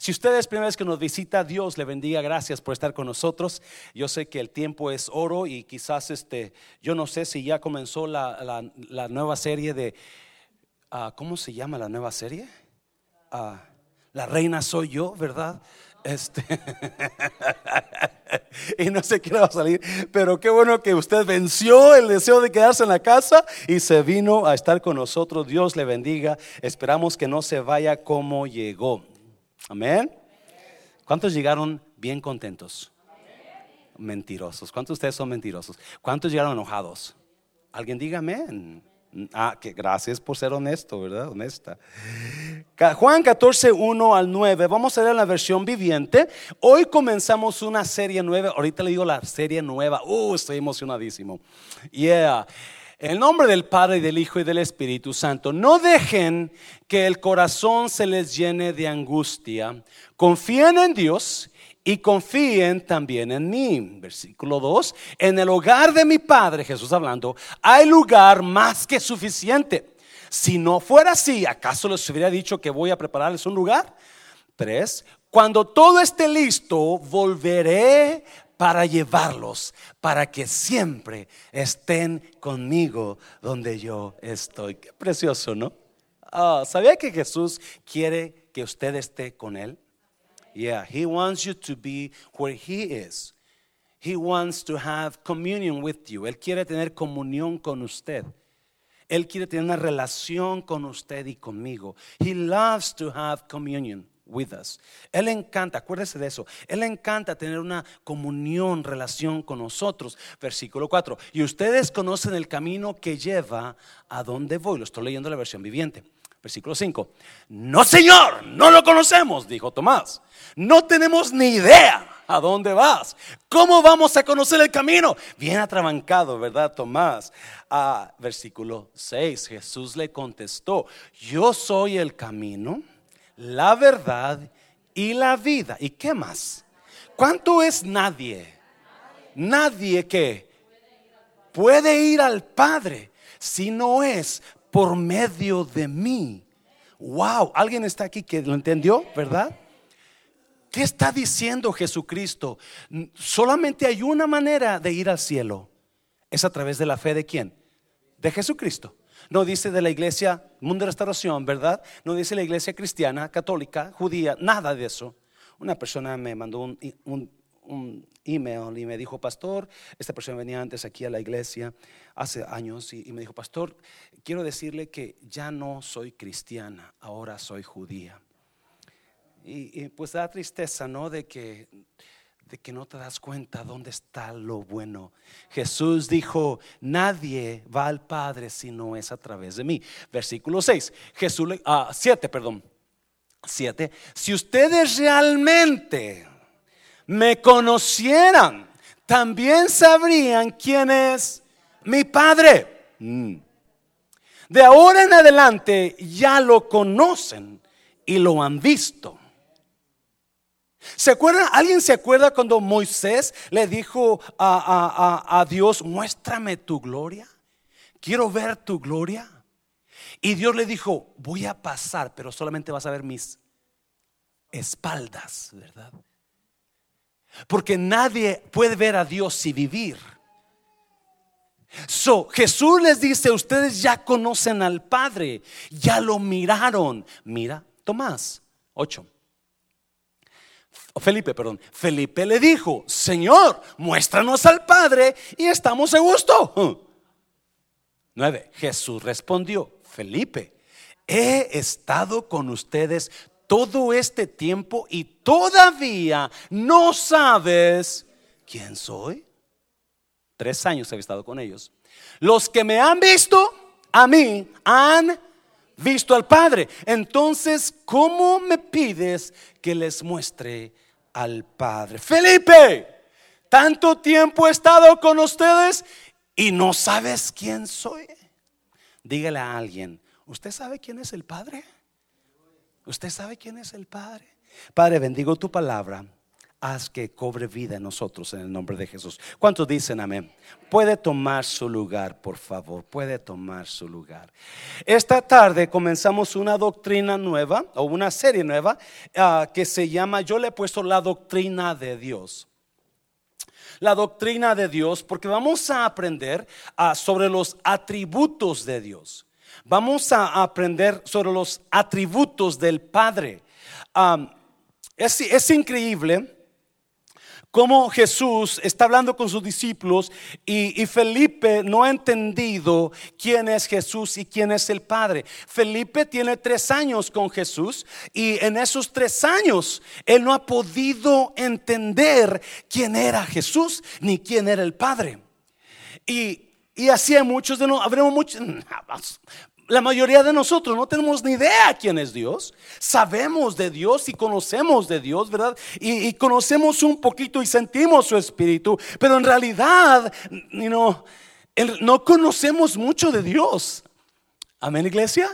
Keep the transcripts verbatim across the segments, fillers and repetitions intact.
Si usted es primera vez que nos visita, Dios le bendiga, gracias por estar con nosotros. Yo sé que el tiempo es oro y quizás este, yo no sé si ya comenzó la, la, la nueva serie de, uh, ¿cómo se llama la nueva serie? Uh, la reina soy yo, ¿verdad? Este y no sé qué va a salir, pero qué bueno que usted venció el deseo de quedarse en la casa y se vino a estar con nosotros. Dios le bendiga. Esperamos que no se vaya como llegó. Amén. ¿Cuántos llegaron bien contentos? Mentirosos. ¿Cuántos de ustedes son mentirosos? ¿Cuántos llegaron enojados? Alguien diga amén. Ah, que gracias por ser honesto, ¿verdad? Honesta. Juan catorce, uno al nueve. Vamos a leer la versión viviente. Hoy comenzamos una serie nueva. Ahorita le digo la serie nueva. Uh, estoy emocionadísimo. Yeah. En el nombre del Padre y del Hijo y del Espíritu Santo. No dejen que el corazón se les llene de angustia. Confíen en Dios y confíen también en mí. Versículo dos. En el hogar de mi Padre, Jesús hablando, hay lugar más que suficiente. Si no fuera así, ¿acaso les hubiera dicho que voy a prepararles un lugar? Tres. Cuando todo esté listo, volveré para llevarlos, para que siempre estén conmigo donde yo estoy. Qué precioso, ¿no? Oh, ¿sabía que Jesús quiere que usted esté con Él? Yeah, He wants you to be where He is. He wants to have communion with you. Él quiere tener comunión con usted. Él quiere tener una relación con usted y conmigo. He loves to have communion with us. Él le encanta, acuérdese de eso. Él le encanta tener una comunión, relación con nosotros. Versículo cuatro. Y ustedes conocen el camino que lleva a donde voy. Lo estoy leyendo en la versión viviente. Versículo cinco. No, Señor, no lo conocemos, dijo Tomás. No tenemos ni idea a dónde vas. ¿Cómo vamos a conocer el camino? Bien atrabancado, ¿verdad, Tomás? Ah, versículo seis. Jesús le contestó: yo soy el camino, la verdad y la vida. ¿Y qué más? ¿Cuánto es nadie? Nadie que puede ir al Padre si no es por medio de mí. Wow, alguien está aquí que lo entendió, ¿verdad? ¿Qué está diciendo Jesucristo? Solamente hay una manera de ir al cielo. Es a través de la fe de ¿quién? De Jesucristo. No dice de la iglesia Mundo de Restauración, ¿verdad? No dice la iglesia cristiana, católica, judía, nada de eso. Una persona me mandó un, un, un email y me dijo: pastor, esta persona venía antes aquí a la iglesia hace años y, y me dijo: pastor, quiero decirle que ya no soy cristiana, ahora soy judía. Y, y pues da tristeza, ¿no? De que, de que no te das cuenta dónde está lo bueno. Jesús dijo: nadie va al Padre si no es a través de mí. Versículo seis. Jesús le, ah, siete, perdón. siete. Si ustedes realmente me conocieran, también sabrían quién es mi Padre. Mm. De ahora en adelante ya lo conocen y lo han visto. ¿Se acuerdan? ¿Alguien se acuerda cuando Moisés le dijo a, a, a, a Dios: muéstrame tu gloria, quiero ver tu gloria? Y Dios le dijo: voy a pasar, pero solamente vas a ver mis espaldas, ¿verdad? Porque nadie puede ver a Dios y vivir. So, Jesús les dice: ustedes ya conocen al Padre, ya lo miraron. Mira, Tomás, ocho. Felipe, perdón. Felipe le dijo: Señor, muéstranos al Padre y estamos a gusto. nueve. Jesús respondió: Felipe, he estado con ustedes todo este tiempo y todavía no sabes quién soy. Tres años he estado con ellos. Los que me han visto a mí han visto al Padre. Entonces, ¿cómo me pides que les muestre al Padre? Felipe, tanto tiempo he estado con ustedes y no sabes quién soy. Dígale a alguien: ¿usted sabe quién es el Padre? ¿Usted sabe quién es el Padre? Padre, bendigo tu palabra. haz que cobre vida en nosotros en el nombre de Jesús. ¿Cuántos dicen amén? Puede tomar su lugar, por favor, puede tomar su lugar. Esta tarde comenzamos una doctrina nueva o una serie nueva uh, que se llama, yo le he puesto la doctrina de Dios. La doctrina de Dios, porque vamos a aprender uh, sobre los atributos de Dios. Vamos a aprender sobre los atributos del Padre. Um, es, es increíble cómo Jesús está hablando con sus discípulos y, y Felipe no ha entendido quién es Jesús y quién es el Padre. Felipe tiene tres años con Jesús y en esos tres años él no ha podido entender quién era Jesús ni quién era el Padre. Y, y así hay muchos de nosotros, habremos muchos. La mayoría de nosotros no tenemos ni idea quién es Dios. Sabemos de Dios y conocemos de Dios, ¿verdad? Y, y conocemos un poquito y sentimos su espíritu, pero en realidad you know, el, no conocemos mucho de Dios. Amén, iglesia.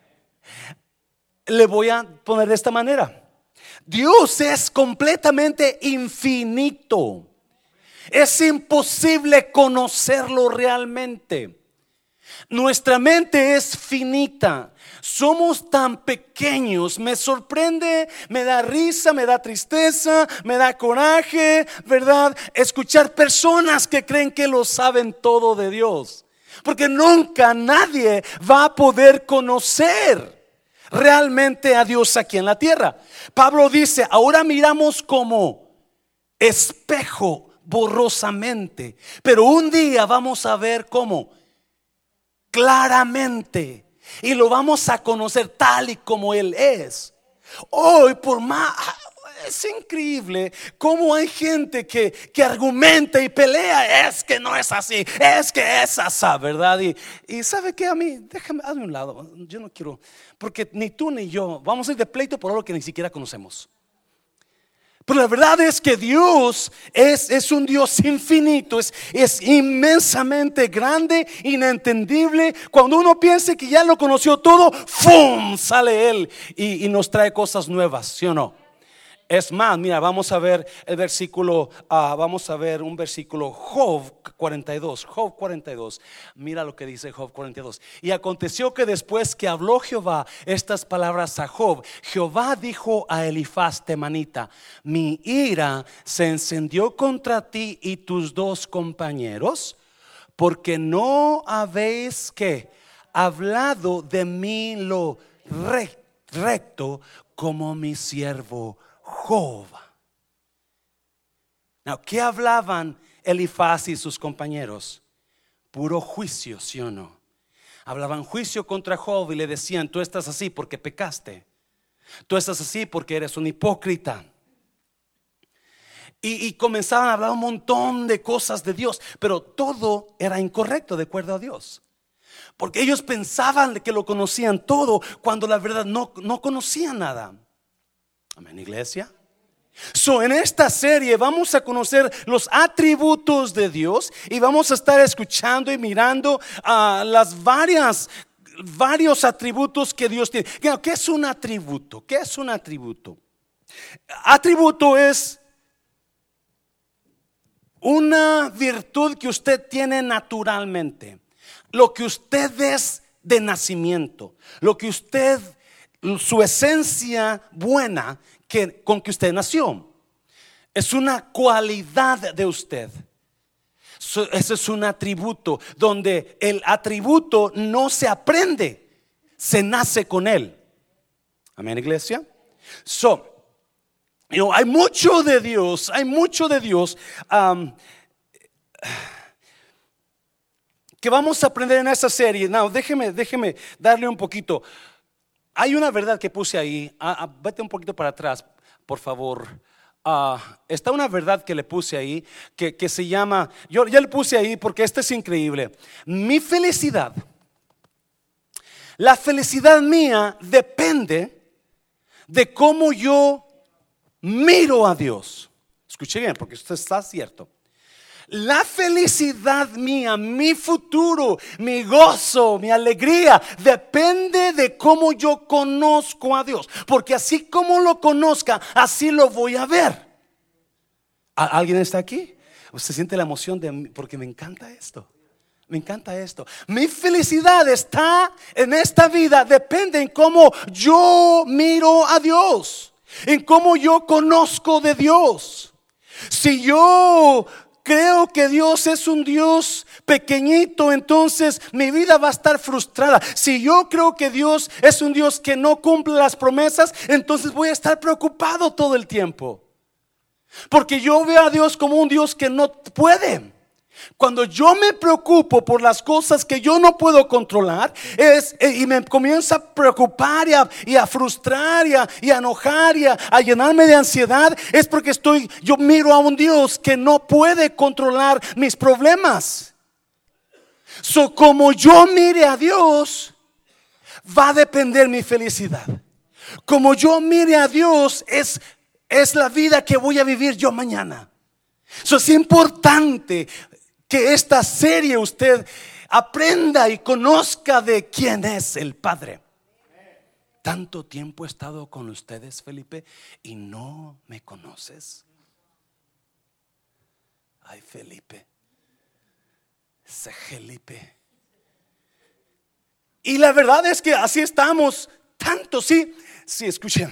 Le voy a poner de esta manera: Dios es completamente infinito. Es imposible conocerlo realmente. Nuestra mente es finita. Somos tan pequeños. Me sorprende, me da risa, me da tristeza, me da coraje, ¿verdad? Escuchar personas que creen que lo saben todo de Dios, porque nunca nadie va a poder conocer realmente a Dios aquí en la tierra. Pablo dice: ahora miramos como espejo borrosamente, pero un día vamos a ver cómo claramente, y lo vamos a conocer tal y como Él es. Hoy, por más, es increíble cómo hay gente que, que argumenta y pelea. Es que no es así, es que es así, ¿verdad? Y, y ¿sabe qué? A mí, déjame, hazme un lado. Yo no quiero, porque ni tú ni yo vamos a ir de pleito por algo que ni siquiera conocemos. Pero la verdad es que Dios es, es un Dios infinito, es, es inmensamente grande, inentendible. Cuando uno piensa que ya lo conoció todo, ¡fum!, sale Él y, y nos trae cosas nuevas, ¿sí o no? Es más, mira, vamos a ver el versículo, uh, vamos a ver un versículo, Job cuarenta y dos, Job cuarenta y dos. Mira lo que dice Job cuarenta y dos. Y aconteció que después que habló Jehová estas palabras a Job, Jehová dijo a Elifaz temanita: mi ira se encendió contra ti y tus dos compañeros, porque no habéis que hablado de mí lo recto como mi siervo Job. Now, ¿qué hablaban Elifaz y sus compañeros? Puro juicio, ¿sí o no? Hablaban juicio contra Job y le decían: tú estás así porque pecaste, tú estás así porque eres un hipócrita. Y, y comenzaban a hablar un montón de cosas de Dios, pero todo era incorrecto de acuerdo a Dios, porque ellos pensaban que lo conocían todo cuando la verdad no, no conocían nada. Amén, iglesia. So, en esta serie vamos a conocer los atributos de Dios y vamos a estar escuchando y mirando uh, las varias varios atributos que Dios tiene. ¿Qué es un atributo? ¿Qué es un atributo? Atributo es una virtud que usted tiene naturalmente, lo que usted es de nacimiento, lo que usted, su esencia buena que, con que usted nació. Es una cualidad de usted. So, ese es un atributo, donde el atributo no se aprende, se nace con él. Amén, iglesia. So, you know, hay mucho de Dios, hay mucho de Dios um, que vamos a aprender en esta serie. No, déjeme, déjeme darle un poquito. Hay una verdad que puse ahí. Ah, ah, vete un poquito para atrás, por favor. Uh, está una verdad que le puse ahí que, que se llama, yo ya le puse ahí porque esto es increíble. Mi felicidad, la felicidad mía depende de cómo yo miro a Dios. Escuche bien, porque esto está cierto. La felicidad mía, mi futuro, mi gozo, mi alegría depende de cómo yo conozco a Dios, porque así como lo conozca, así lo voy a ver. ¿Alguien está aquí? Usted siente la emoción de mí, porque me encanta esto. Me encanta esto. Mi felicidad está en esta vida. Depende en cómo yo miro a Dios, en cómo yo conozco de Dios. Si yo creo que Dios es un Dios pequeñito, entonces mi vida va a estar frustrada. Si yo creo que Dios es un Dios que no cumple las promesas, entonces voy a estar preocupado todo el tiempo, porque yo veo a Dios como un Dios que no puede. Cuando yo me preocupo por las cosas que yo no puedo controlar es, y me comienzo a preocupar y a, y a frustrar y a, y a enojar y a, a llenarme de ansiedad, es porque estoy, yo miro a un Dios que no puede controlar mis problemas. So, como yo mire a Dios, va a depender mi felicidad. Como yo mire a Dios, es, es la vida que voy a vivir yo mañana. So, es importante que esta serie usted aprenda y conozca de quién es el Padre. Tanto tiempo he estado con ustedes, Felipe, y no me conoces. Ay, Felipe, ese Felipe. Y la verdad es que así estamos. Tanto, sí, sí, escuchen.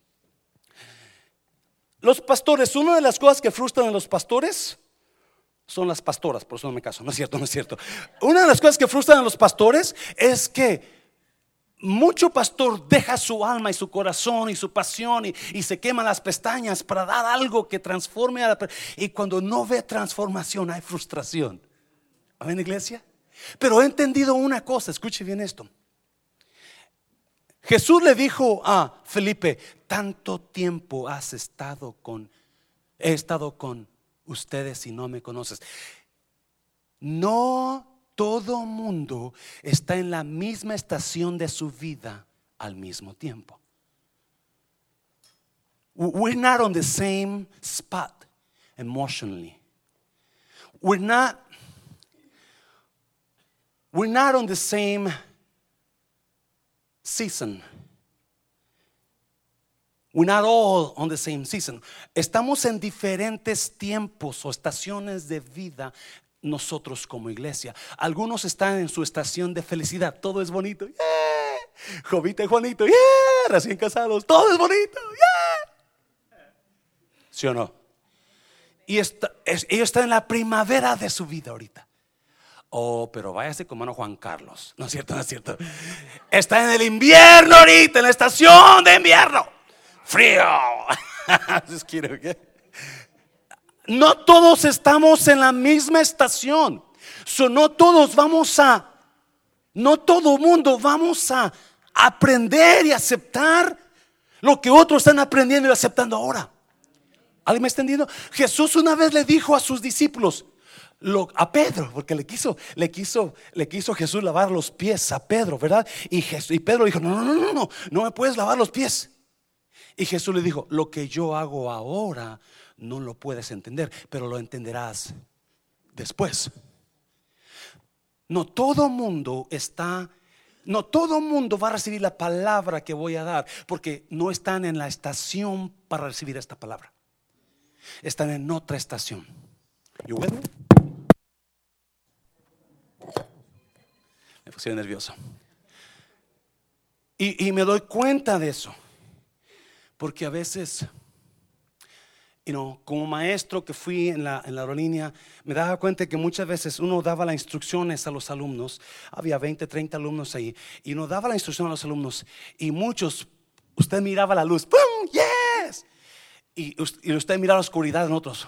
Los pastores, una de las cosas que frustran a los pastores son las pastoras, por eso no me caso. No es cierto, no es cierto. Una de las cosas que frustran a los pastores es que mucho pastor deja su alma y su corazón y su pasión y, y se quema las pestañas para dar algo que transforme a la, y cuando no ve transformación hay frustración. ¿Amén, iglesia? Pero he entendido una cosa, escuche bien esto. Jesús le dijo a Felipe: tanto tiempo has estado con, he estado con ustedes y no me conoces. No todo mundo está en la misma estación de su vida al mismo tiempo. We're not on the same spot emotionally. We're not We're not on the same season. We're not all on the same season. Estamos en diferentes tiempos o estaciones de vida nosotros como iglesia. Algunos están en su estación de felicidad. Todo es bonito. Yeah. Jovita y Juanito, yeah. Recién casados. Todo es bonito. Yeah. ¿Sí o no? Y está, es, ellos están en la primavera de su vida ahorita. Oh, pero váyase con mano Juan Carlos. No es cierto, no es cierto. Está en el invierno ahorita, en la estación de invierno. Frío. No todos estamos en la misma estación. So, no todos vamos a, no todo mundo vamos a aprender y aceptar lo que otros están aprendiendo y aceptando ahora. ¿Alguien me está entendiendo? Jesús una vez le dijo a sus discípulos, Lo, a Pedro, porque le quiso, le quiso, le quiso Jesús lavar los pies a Pedro, ¿verdad? Y, Jesús, y Pedro dijo: no, no, no, no, no me puedes lavar los pies. Y Jesús le dijo: lo que yo hago ahora no lo puedes entender, pero lo entenderás después. No todo mundo está, no todo mundo va a recibir la palabra que voy a dar, porque no están en la estación para recibir esta palabra. Están en otra estación. You with me? Me puse nervioso. Y, y me doy cuenta de eso, porque a veces, you know, como maestro que fui en la, en la aerolínea, me daba cuenta que muchas veces uno daba las instrucciones a los alumnos. Había veinte, treinta alumnos ahí, y uno daba la instrucción a los alumnos, y muchos, usted miraba la luz, ¡pum! ¡Yes! Y, y usted miraba la oscuridad en otros.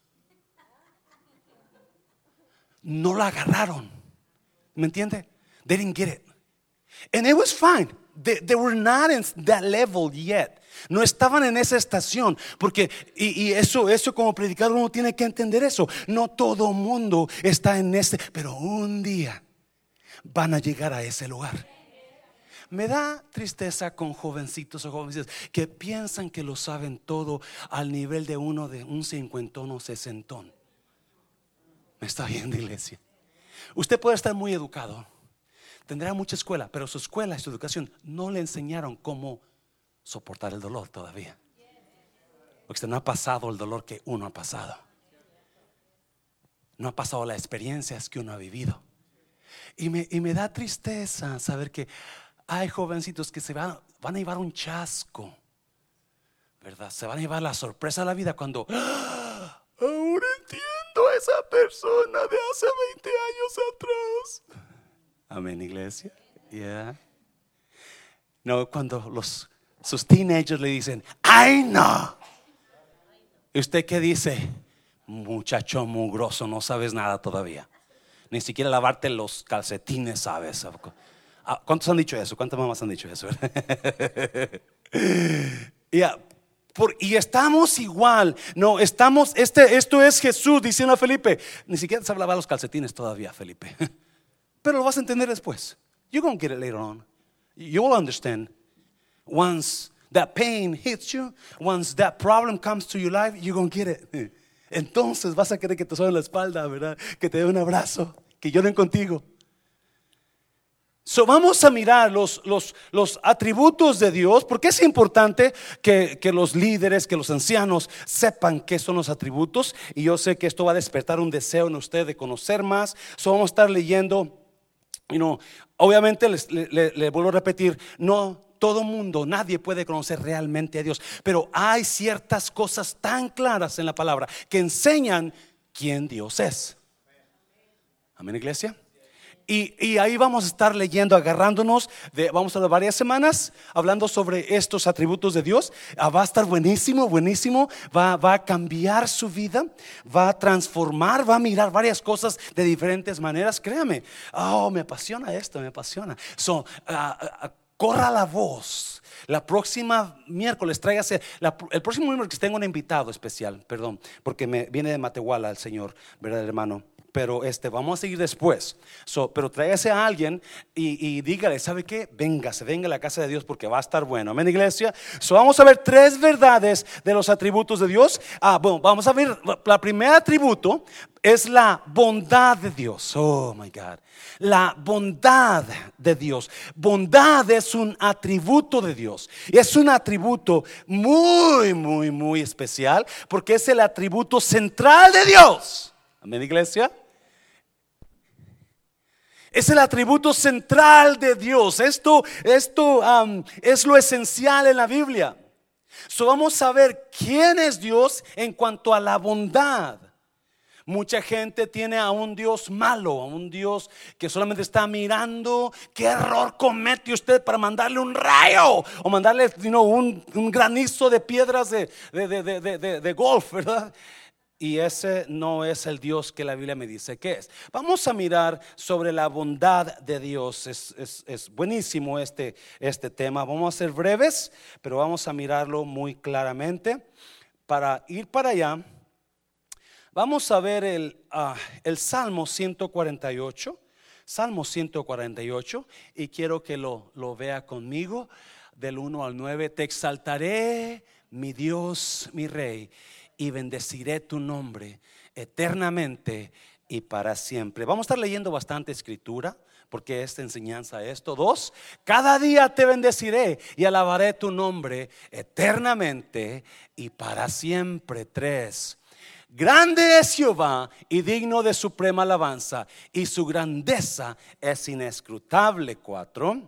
No la agarraron. ¿Me entiende? They didn't get it. And it was fine. They, they were not in that level yet. No estaban en esa estación. Porque, y, y eso, eso como predicador uno tiene que entender eso. No todo mundo está en ese, pero un día van a llegar a ese lugar. Me da tristeza con jovencitos o jovencitas que piensan que lo saben todo al nivel de uno de un cincuentón o sesentón. Me está viendo, iglesia. Usted puede estar muy educado, tendrá mucha escuela, pero su escuela y su educación no le enseñaron cómo soportar el dolor todavía. Porque usted no ha pasado el dolor que uno ha pasado. No ha pasado las experiencias que uno ha vivido. Y me, y me da tristeza saber que hay jovencitos que se van, van a llevar un chasco, ¿verdad? Se van a llevar la sorpresa de la vida cuando ¡ah! Ahora entiendo a esa persona de hace veinte años atrás. Amén, iglesia. Yeah. No, cuando los, sus teenagers le dicen ¡ay no! ¿Y usted qué dice? Muchacho mugroso, no sabes nada todavía. Ni siquiera lavarte los calcetines sabes. ¿Cuántos han dicho eso? ¿Cuántas mamás han dicho eso? Yeah. Por, y estamos igual. No, estamos, este, esto es Jesús diciendo a Felipe, ni siquiera sabe lavar los calcetines todavía, Felipe. Pero lo vas a entender después. You're going to get it later on. You will understand. Once that pain hits you, once that problem comes to your life, you're going to get it. Entonces vas a querer que te suene la espalda, ¿verdad? Que te dé un abrazo, que lloren contigo. So, vamos a mirar los, los, los atributos de Dios, porque es importante que, que los líderes, que los ancianos sepan qué son los atributos. Y yo sé que esto va a despertar un deseo en usted de conocer más. So, vamos a estar leyendo, you know, obviamente les, le, le, le vuelvo a repetir, no todo mundo, nadie puede conocer realmente a Dios, pero hay ciertas cosas tan claras en la palabra que enseñan quién Dios es. Amén, iglesia. Y, y ahí vamos a estar leyendo, agarrándonos de, vamos a dar varias semanas hablando sobre estos atributos de Dios. Ah, va a estar buenísimo, buenísimo. Va, va a cambiar su vida, va a transformar, va a mirar varias cosas de diferentes maneras. Créame, oh, me apasiona esto, me apasiona. So, uh, uh, corra la voz. La próxima miércoles tráigase la, el próximo miércoles tengo un invitado especial, perdón, porque me viene de Matehuala el Señor, ¿verdad, hermano? Pero este, vamos a seguir después. So, pero tráigase a alguien y, y dígale, ¿sabe qué? Véngase, venga a la casa de Dios porque va a estar bueno. Amén, iglesia. So, vamos a ver tres verdades de los atributos de Dios. Ah, bueno, vamos a ver. La primera atributo es la bondad de Dios. Oh my God. La bondad de Dios. Bondad es un atributo de Dios. Y es un atributo muy, muy, muy especial porque es el atributo central de Dios. Amén, iglesia. Es el atributo central de Dios. Esto, esto um, es lo esencial en la Biblia. So, vamos a ver quién es Dios en cuanto a la bondad. Mucha gente tiene a un Dios malo, a un Dios que solamente está mirando qué error comete usted para mandarle un rayo o mandarle you know, un, un granizo de piedras de, de, de, de, de, de golf, ¿verdad? Y ese no es el Dios que la Biblia me dice que es. Vamos a mirar sobre la bondad de Dios. Es, es, es buenísimo este, este tema. Vamos a ser breves, pero vamos a mirarlo muy claramente. Para ir para allá, vamos a ver el, uh, el Salmo ciento cuarenta y ocho. Salmo ciento cuarenta y ocho. Y quiero que lo, lo vea conmigo del uno al nueve. Te exaltaré, mi Dios, mi Rey, y bendeciré tu nombre eternamente y para siempre. Vamos a estar leyendo bastante escritura porque esta enseñanza es esto. Dos, cada día te bendeciré y alabaré tu nombre eternamente y para siempre. Tres, grande es Jehová y digno de suprema alabanza y su grandeza es inescrutable. Cuatro,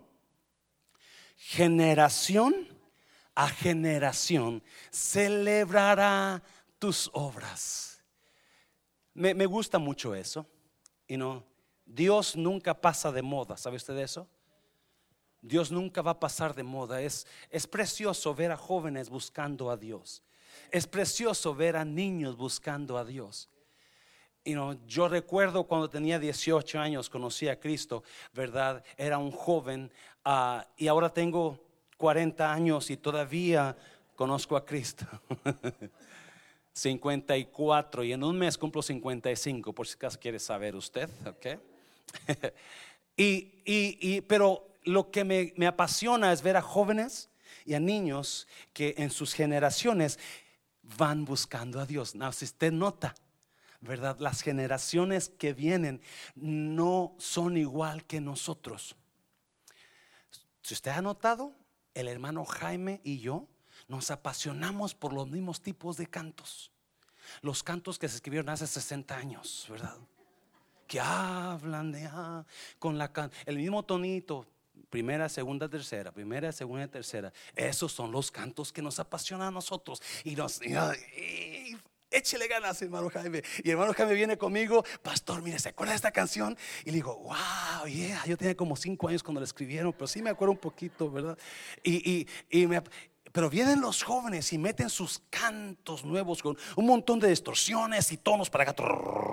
generación a generación celebrará tus obras. Me, me gusta mucho eso. Y no, Dios nunca pasa de moda. ¿Sabe usted de eso? Dios nunca va a pasar de moda. Es, es precioso ver a jóvenes buscando a Dios. Es precioso ver a niños buscando a Dios. You know, yo recuerdo cuando tenía dieciocho años, conocí a Cristo, ¿verdad? Era un joven uh, y ahora tengo cuarenta años y todavía conozco a Cristo. cincuenta y cuatro y en un mes cumplo cincuenta y cinco, por si acaso quiere saber usted, ¿ok? y, y, y, pero lo que me, me apasiona es ver a jóvenes y a niños que en sus generaciones van buscando a Dios. No, si usted nota, ¿verdad? Las generaciones que vienen no son igual que nosotros. Si usted ha notado, el hermano Jaime y yo nos apasionamos por los mismos tipos de cantos. Los cantos que se escribieron hace sesenta años, ¿verdad? Que hablan de ah, con la can el mismo tonito, primera, segunda, tercera, primera, segunda, tercera. Esos son los cantos que nos apasionan a nosotros. Y nos y, y, échele ganas, hermano Jaime. Y hermano Jaime viene conmigo, pastor, mire, ¿se acuerda de esta canción? Y le digo, wow, yeah. Yo tenía como cinco años cuando la escribieron, pero sí me acuerdo un poquito, ¿verdad? Y, y, y me Pero vienen los jóvenes y meten sus cantos nuevos con un montón de distorsiones y tonos para acá.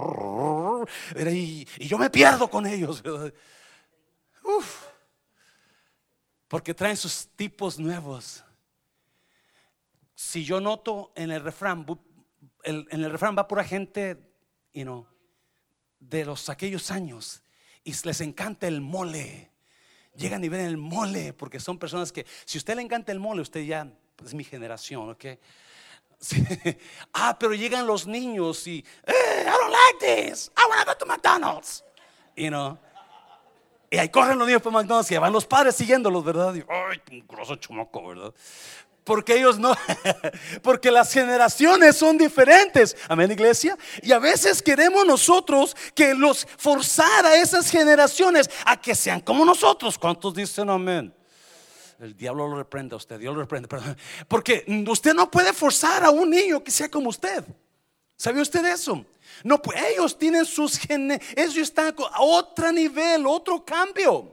Y, y yo me pierdo con ellos, ¿verdad? Uf, porque traen sus tipos nuevos. Si yo noto en el refrán, el, en el refrán va pura gente, you know, de los aquellos años, y les encanta el mole. Llegan y ven el mole, porque son personas que, si a usted le encanta el mole, usted ya es mi generación, ¿ok? Sí. Ah, pero llegan los niños y eh, I don't like this, I want to go to McDonald's, you know. Y ahí corren los niños para McDonald's y van los padres siguiéndolos, ¿verdad? Y, ay, un grosso chamaco, ¿verdad? Porque ellos no, porque las generaciones son diferentes. Amén, iglesia. Y a veces queremos nosotros que los forzar a esas generaciones a que sean como nosotros. ¿Cuántos dicen amén? El diablo lo reprende a usted, Dios lo reprende, perdón. Porque usted no puede forzar a un niño que sea como usted. ¿Sabía usted eso? No, pues ellos tienen sus genes, ellos están a otro nivel, otro cambio.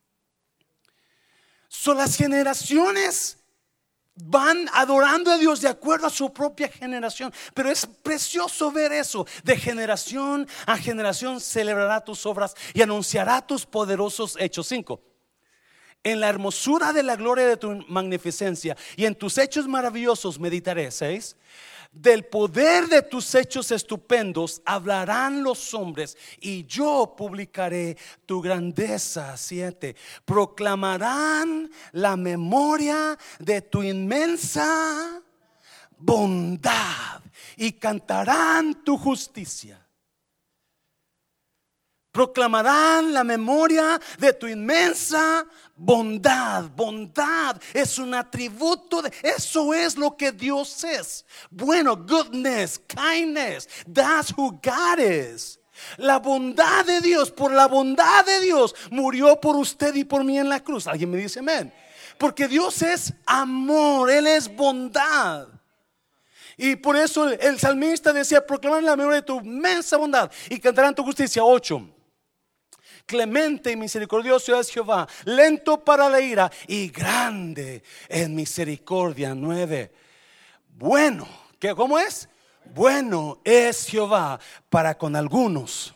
Son las generaciones van adorando a Dios de acuerdo a su propia generación. Pero es precioso ver eso. De generación a generación celebrará tus obras y anunciará tus poderosos hechos. Cinco. En la hermosura de la gloria de tu magnificencia y en tus hechos maravillosos meditaré. Seis. Del poder de tus hechos estupendos hablarán los hombres y yo publicaré tu grandeza. Siete. Proclamarán la memoria de tu inmensa bondad y cantarán tu justicia. Proclamarán la memoria de tu inmensa bondad. Bondad es un atributo de, eso es lo que Dios es. Bueno, goodness, kindness, that's who God is. La bondad de Dios, por la bondad de Dios murió por usted y por mí en la cruz. ¿Alguien me dice amén? Porque Dios es amor, Él es bondad. Y por eso el, el salmista decía: proclamar la memoria de tu inmensa bondad y cantarán tu justicia. Ocho. Clemente y misericordioso es Jehová, lento para la ira y grande en misericordia. Nueve. Bueno, ¿qué, cómo es? Bueno es Jehová para con algunos.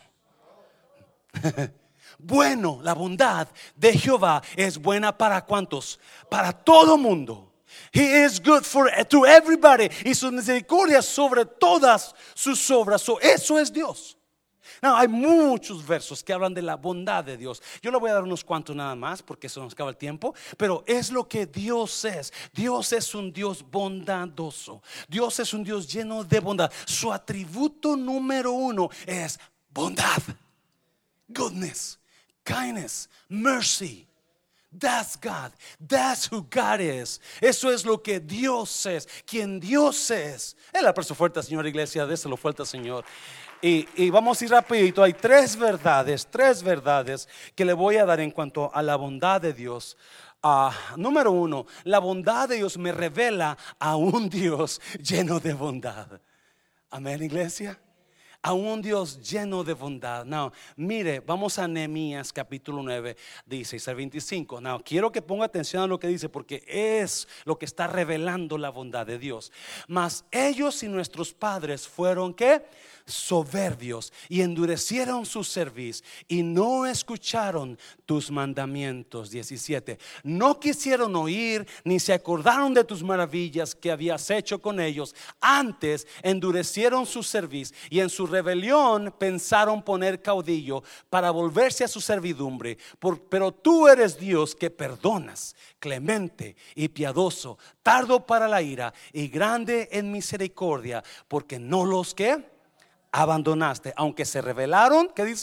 Bueno, la bondad de Jehová es buena para cuantos, para todo mundo. He is good for to everybody. Y su misericordia sobre todas sus obras. So, eso es Dios. No, hay muchos versos que hablan de la bondad de Dios. Yo le voy a dar unos cuantos nada más porque se nos acaba el tiempo. Pero es lo que Dios es. Dios es un Dios bondadoso. Dios es un Dios lleno de bondad. Su atributo número uno es bondad, goodness, kindness, mercy. That's God. That's who God is. Eso es lo que Dios es. Quien Dios es. El aplauso fuerte, señor iglesia. Déselo fuerte, Señor. Y, y vamos a ir rapidito. Hay tres verdades, tres verdades que le voy a dar en cuanto a la bondad de Dios. Uh, número uno, la bondad de Dios me revela a un Dios lleno de bondad. Amén, iglesia. A un Dios lleno de bondad. Now, mire, vamos a Nehemías capítulo nueve, dieciséis al veinticinco. Now, quiero que ponga atención a lo que dice, porque es lo que está revelando la bondad de Dios. Mas ellos y nuestros padres fueron, ¿qué? Soberbios y endurecieron su cerviz y no escucharon tus mandamientos. Diecisiete. No quisieron oír ni se acordaron de tus maravillas que habías hecho con ellos. Antes endurecieron su cerviz y en su rebelión pensaron poner caudillo para volverse a su servidumbre. Por, pero tú eres Dios que perdonas, clemente y piadoso, tardo para la ira y grande en misericordia, porque no los que abandonaste, aunque se rebelaron, ¿qué dice?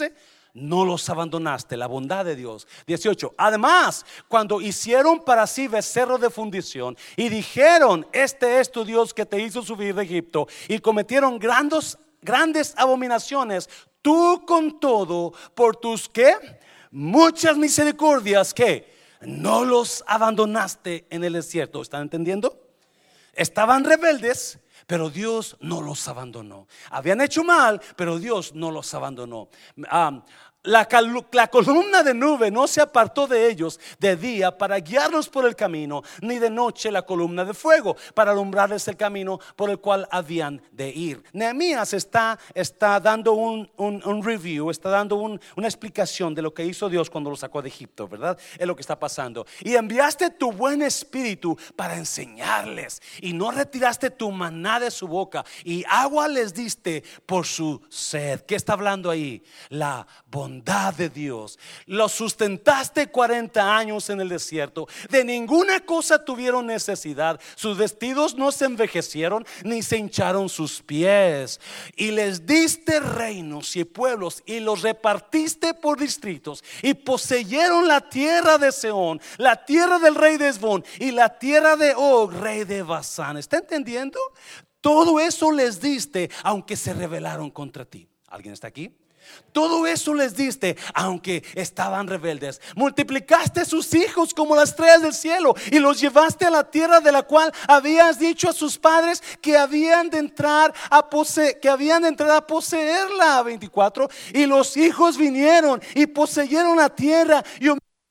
no los abandonaste, la bondad de Dios. Dieciocho, además, cuando hicieron para sí becerro de fundición y dijeron, este es tu Dios que te hizo subir de Egipto, y cometieron grandes, grandes abominaciones, tú con todo, por tus ¿qué? Muchas misericordias, que no los abandonaste en el desierto. ¿Están entendiendo? Estaban rebeldes, pero Dios no los abandonó. Habían hecho mal, pero Dios no los abandonó. um, La, la columna de nube no se apartó de ellos de día para guiarlos por el camino, ni de noche la columna de fuego para alumbrarles el camino por el cual habían de ir. Nehemías está, está dando un, un, un review, está dando un, una explicación de lo que hizo Dios cuando los sacó de Egipto, ¿verdad? Es lo que está pasando. Y enviaste tu buen espíritu para enseñarles, y no retiraste tu maná de su boca, y agua les diste por su sed. ¿Qué está hablando ahí? La bondad de Dios. Los sustentaste cuarenta años en el desierto. De ninguna cosa tuvieron necesidad. Sus vestidos no se envejecieron, ni se hincharon sus pies. Y les diste reinos y pueblos, y los repartiste por distritos, y poseyeron la tierra de Seón, la tierra del rey de Hesbón, y la tierra de Og, rey de Basán. ¿Está entendiendo? Todo eso les diste, aunque se rebelaron contra ti. ¿Alguien está aquí? Todo eso les diste, aunque estaban rebeldes. Multiplicaste sus hijos como las estrellas del cielo, y los llevaste a la tierra de la cual habías dicho a sus padres que habían de entrar a poseer, que habían de entrar a poseerla. veinticuatro. Y los hijos vinieron y poseyeron la tierra, y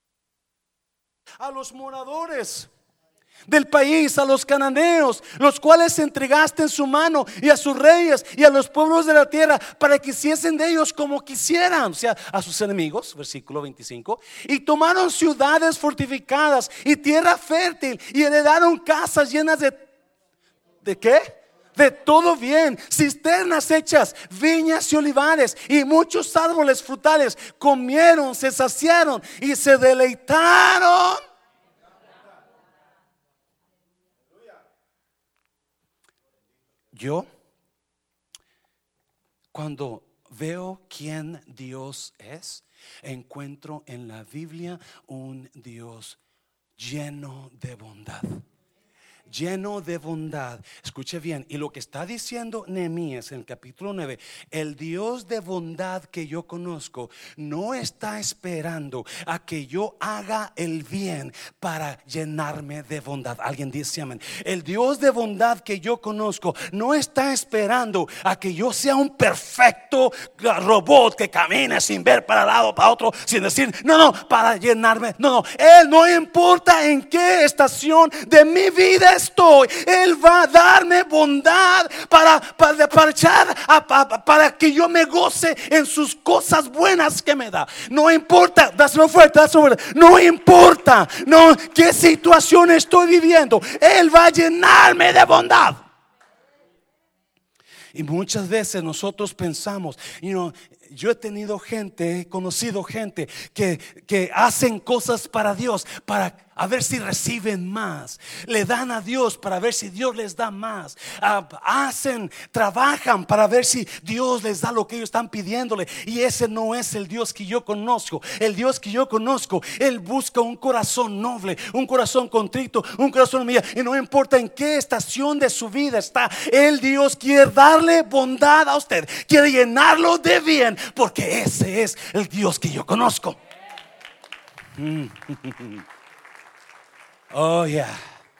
a los moradores del país, a los cananeos, los cuales entregaste en su mano, y a sus reyes y a los pueblos de la tierra, para que hiciesen de ellos como quisieran, o sea, a sus enemigos. Versículo veinticinco. Y tomaron ciudades fortificadas y tierra fértil, y heredaron casas llenas de ¿de qué? De todo bien, cisternas hechas, viñas y olivares, y muchos árboles frutales. Comieron, se saciaron y se deleitaron. Yo, cuando veo quién Dios es, encuentro en la Biblia un Dios lleno de bondad. Lleno de bondad. Escuche bien, y lo que está diciendo Nehemías en el capítulo nueve, el Dios de bondad que yo conozco no está esperando a que yo haga el bien para llenarme de bondad. Alguien dice amén. El Dios de bondad que yo conozco no está esperando a que yo sea un perfecto robot que camine sin ver para el lado, para otro, sin decir no, no, para llenarme. No, no, Él no importa en qué estación de mi vida estoy, Él va a darme bondad para, para, para echar a, para, para que yo me goce en sus cosas buenas que me da. No importa, dáselo fuerte, dáselo fuerte. No importa, no, qué situación estoy viviendo, Él va a llenarme de bondad. Y muchas veces nosotros pensamos, you know, yo he tenido gente, he conocido gente que, que hacen cosas para Dios, para a ver si reciben más. Le dan a Dios para ver si Dios les da más. uh, Hacen, trabajan para ver si Dios les da lo que ellos están pidiéndole. Y ese no es el Dios que yo conozco. El Dios que yo conozco, Él busca un corazón noble, un corazón contrito, un corazón humillado. Y no importa en qué estación de su vida está, el Dios quiere darle bondad a usted, quiere llenarlo de bien, porque ese es el Dios que yo conozco. Oh, yeah.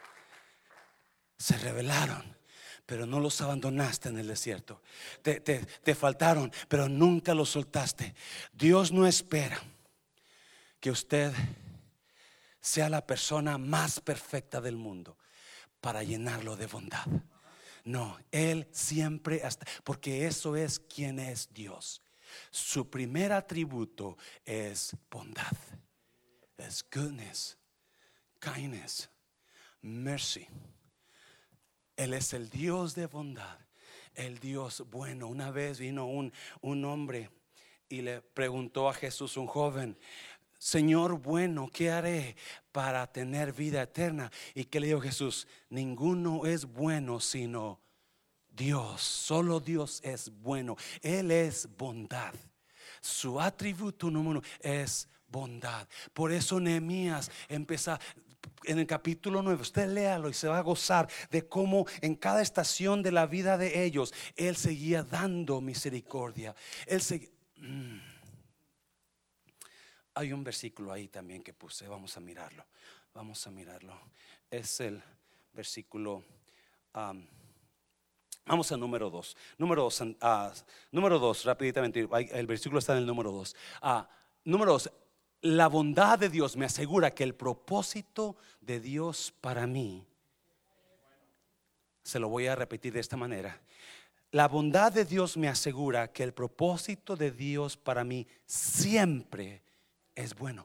Se rebelaron, pero no los abandonaste en el desierto. Te, te, te faltaron, pero nunca los soltaste. Dios no espera que usted sea la persona más perfecta del mundo para llenarlo de bondad. No, Él siempre hasta, porque eso es quien es Dios. Su primer atributo es bondad, es goodness, kindness, mercy. Él es el Dios de bondad, el Dios bueno. Una vez vino un, un hombre y le preguntó a Jesús, un joven: Señor bueno, ¿qué haré para tener vida eterna? ¿Y qué le dijo Jesús? Ninguno es bueno sino Dios. Solo Dios es bueno. Él es bondad. Su atributo número uno es bondad. Por eso Nehemías empieza en el capítulo nueve, usted léalo y se va a gozar de cómo en cada estación de la vida de ellos Él seguía dando misericordia. Él seguía. Mm. Hay un versículo ahí también que puse, vamos a mirarlo. Vamos a mirarlo. Es el versículo um, vamos al número dos. Número dos, uh, número dos, rápidamente. El versículo está en el número dos. Uh, número dos. La bondad de Dios me asegura que el propósito de Dios para mí, se lo voy a repetir de esta manera. La bondad de Dios me asegura que el propósito de Dios para mí siempre es bueno.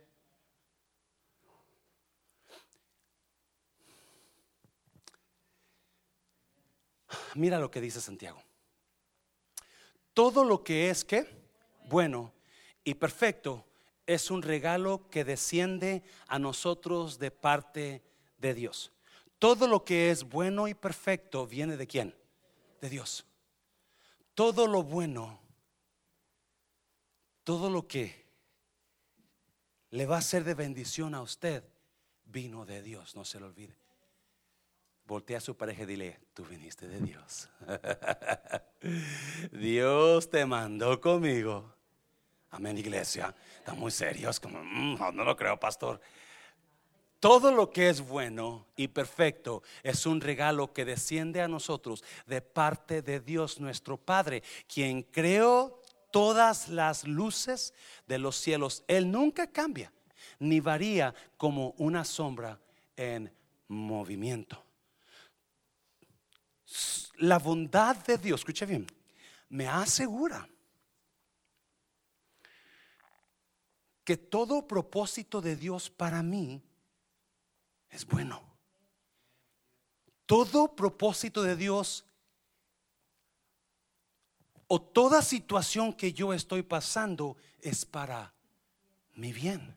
Mira lo que dice Santiago. Todo lo que es ¿qué? Bueno y perfecto es un regalo que desciende a nosotros de parte de Dios. Todo lo que es bueno y perfecto viene de ¿quién? De Dios. Todo lo bueno, todo lo que le va a ser de bendición a usted vino de Dios, no se lo olvide. Voltea a su pareja y dile: tú viniste de Dios. Dios te mandó conmigo. Amén, iglesia. Están muy serios, como mmm, no lo creo, pastor. Todo lo que es bueno y perfecto es un regalo que desciende a nosotros de parte de Dios nuestro Padre, quien creó todas las luces de los cielos. Él nunca cambia ni varía como una sombra en movimiento. La bondad de Dios, escuche bien, me asegura que todo propósito de Dios para mí es bueno. Todo propósito de Dios o toda situación que yo estoy pasando es para mi bien.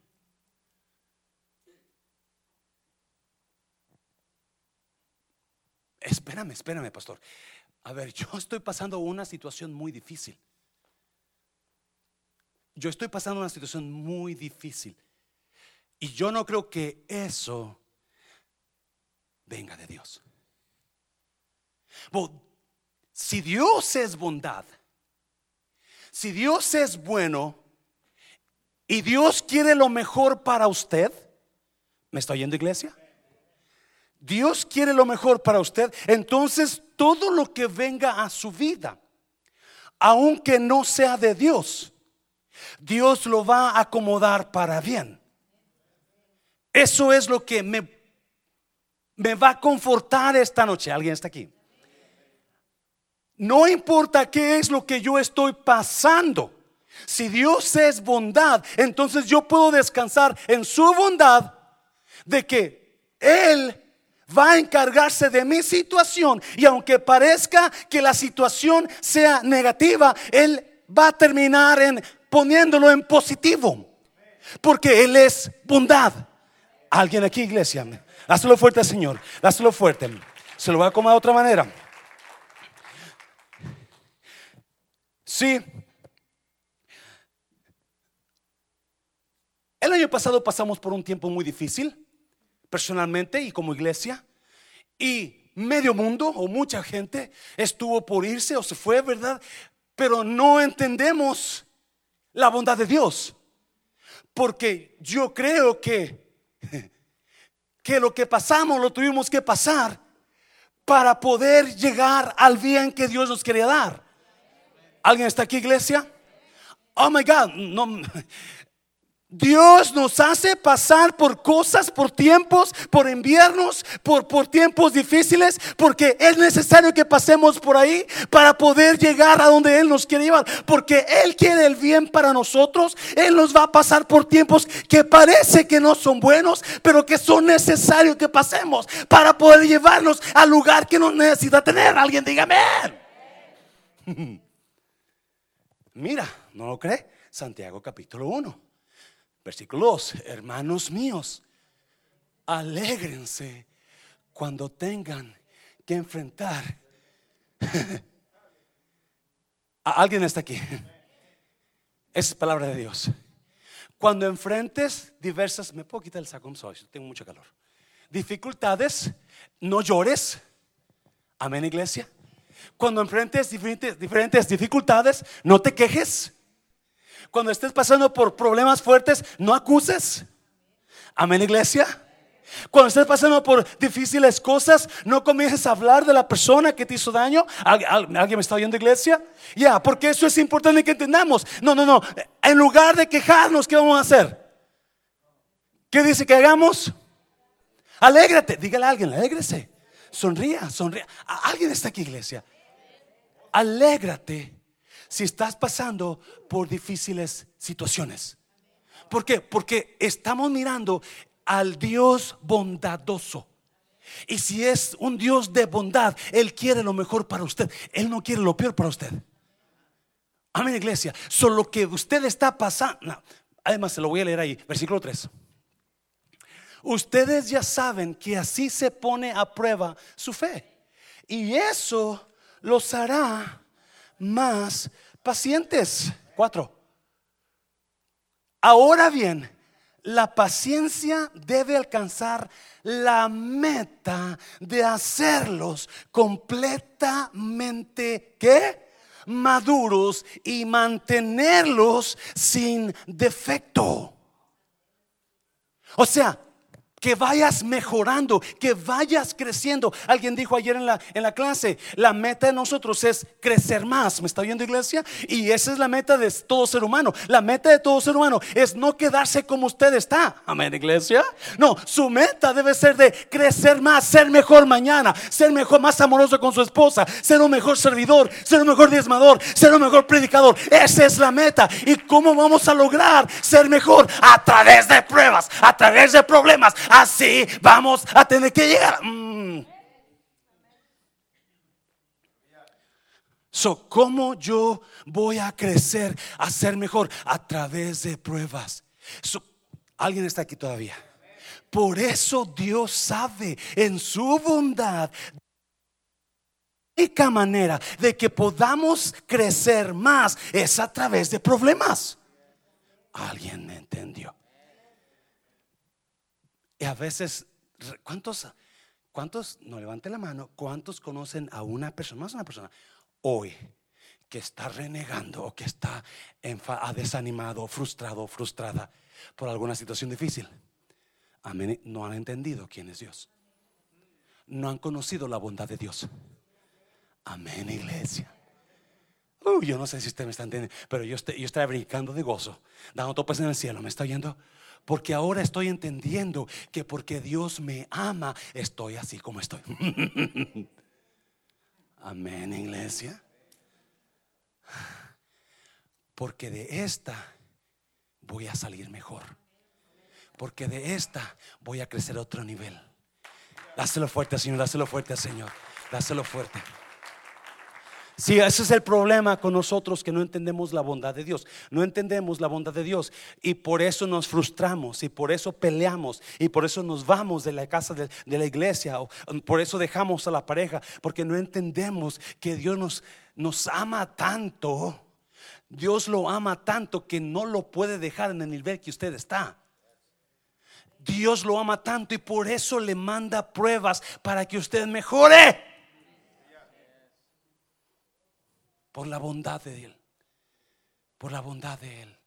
Espérame, espérame, pastor. A ver, yo estoy pasando una situación muy difícil. Yo estoy pasando una situación muy difícil. Y yo no creo que eso venga de Dios. Bueno, si Dios es bondad, si Dios es bueno y Dios quiere lo mejor para usted, ¿me está oyendo, iglesia? Dios quiere lo mejor para usted. Entonces todo lo que venga a su vida, aunque no sea de Dios, Dios lo va a acomodar para bien. Eso es lo que me, me va a confortar esta noche. ¿Alguien está aquí? No importa qué es lo que yo estoy pasando, si Dios es bondad, entonces yo puedo descansar en su bondad, de que Él va a encargarse de mi situación. Y aunque parezca que la situación sea negativa, Él va a terminar en poniéndolo en positivo, porque Él es bondad. Alguien aquí, iglesia, dáselo fuerte al Señor, dáselo fuerte. Se lo voy a comer de otra manera. Sí, el año pasado pasamos por un tiempo muy difícil, personalmente y como iglesia, y medio mundo o mucha gente estuvo por irse o se fue, ¿verdad? Pero no entendemos la bondad de Dios, porque yo creo que que lo que pasamos lo tuvimos que pasar para poder llegar al bien que Dios nos quería dar. ¿Alguien está aquí, iglesia? Oh my God, no. Dios nos hace pasar por cosas, por tiempos, por inviernos, por, por tiempos difíciles, porque es necesario que pasemos por ahí para poder llegar a donde Él nos quiere llevar, porque Él quiere el bien para nosotros. Él nos va a pasar por tiempos que parece que no son buenos, pero que son necesarios que pasemos para poder llevarnos al lugar que nos necesita tener. Alguien diga amén. Mira, ¿no lo cree? Santiago capítulo uno versículo dos: hermanos míos, alégrense cuando tengan que enfrentar. ¿Alguien está aquí? Es palabra de Dios. Cuando enfrentes diversas, me puedo quitar el saco, I'm sorry, tengo mucho calor. Dificultades, no llores. Amén, iglesia. Cuando enfrentes diferentes, diferentes dificultades, no te quejes. Cuando estés pasando por problemas fuertes, no acuses. Amén, iglesia. Cuando estés pasando por difíciles cosas, no comiences a hablar de la persona que te hizo daño. ¿Alguien me está oyendo, iglesia? Ya, yeah, porque eso es importante que entendamos. No, no, no. En lugar de quejarnos, ¿qué vamos a hacer? ¿Qué dice que hagamos? Alégrate. Dígale a alguien, alégrese. Sonría, sonría. ¿Alguien está aquí, iglesia? Alégrate si estás pasando por difíciles situaciones. ¿Por qué? Porque estamos mirando al Dios bondadoso. Y si es un Dios de bondad, Él quiere lo mejor para usted. Él no quiere lo peor para usted. Amén, iglesia. Solo que usted está pasando, no, además se lo voy a leer ahí, versículo tres. Ustedes ya saben que así se pone a prueba su fe, y eso los hará más pacientes. Cuatro. Ahora bien, la paciencia debe alcanzar la meta de hacerlos completamente, ¿qué? Maduros, y mantenerlos sin defecto. O sea, que vayas mejorando, que vayas creciendo. Alguien dijo ayer en la, en la clase, la meta de nosotros es crecer más. ¿Me está oyendo, iglesia? Y esa es la meta de todo ser humano. La meta de todo ser humano es no quedarse como usted está. Amén, iglesia. No, su meta debe ser de crecer más, ser mejor mañana, ser mejor, más amoroso con su esposa, ser un mejor servidor, ser un mejor diezmador, ser un mejor predicador. Esa es la meta. ¿Y cómo vamos a lograr ser mejor? A través de pruebas, a través de problemas. Así vamos a tener que llegar. Mm. So, ¿cómo yo voy a crecer, a ser mejor? A través de pruebas. So, ¿alguien está aquí todavía? Por eso Dios sabe en su bondad la única manera de que podamos crecer más es a través de problemas. ¿Alguien me entendió? Y a veces, ¿cuántos, cuántos, no levante la mano, cuántos conocen a una persona, más una persona hoy que está renegando o que está enfa- desanimado, frustrado, frustrada por alguna situación difícil? Amén. No han entendido quién es Dios, no han conocido la bondad de Dios. Amén, iglesia. Uh, yo no sé si usted me está entendiendo, pero yo estoy, yo estoy brincando de gozo, dando topes en el cielo. ¿Me está oyendo? Porque ahora estoy entendiendo que porque Dios me ama, estoy así como estoy. Amén, iglesia. Porque de esta voy a salir mejor. Porque de esta voy a crecer a otro nivel. Dáselo fuerte, Señor, dáselo fuerte, Señor. Dáselo fuerte. Sí, ese es el problema con nosotros, que no entendemos la bondad de Dios. No entendemos la bondad de Dios, y por eso nos frustramos, y por eso peleamos, y por eso nos vamos de la casa de, de la iglesia, o por eso dejamos a la pareja, porque no entendemos que Dios nos, nos ama tanto. Dios lo ama tanto que no lo puede dejar en el nivel que usted está. Dios lo ama tanto y por eso le manda pruebas para que usted mejore. Por la bondad de Él. Por la bondad de Él.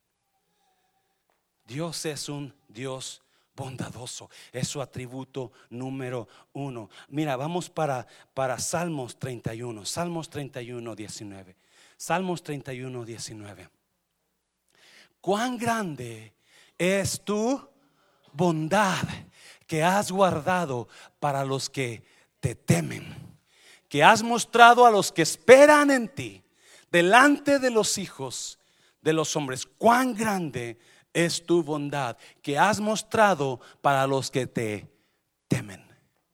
Dios es un Dios bondadoso. Es su atributo número uno. Mira, vamos para, para Salmos treinta y uno. Salmos treinta y uno, diecinueve. Salmos treinta y uno, diecinueve. Cuán grande es tu bondad que has guardado para los que te temen, que has mostrado a los que esperan en ti, delante de los hijos de los hombres. Cuán grande es tu bondad que has mostrado para los que te temen.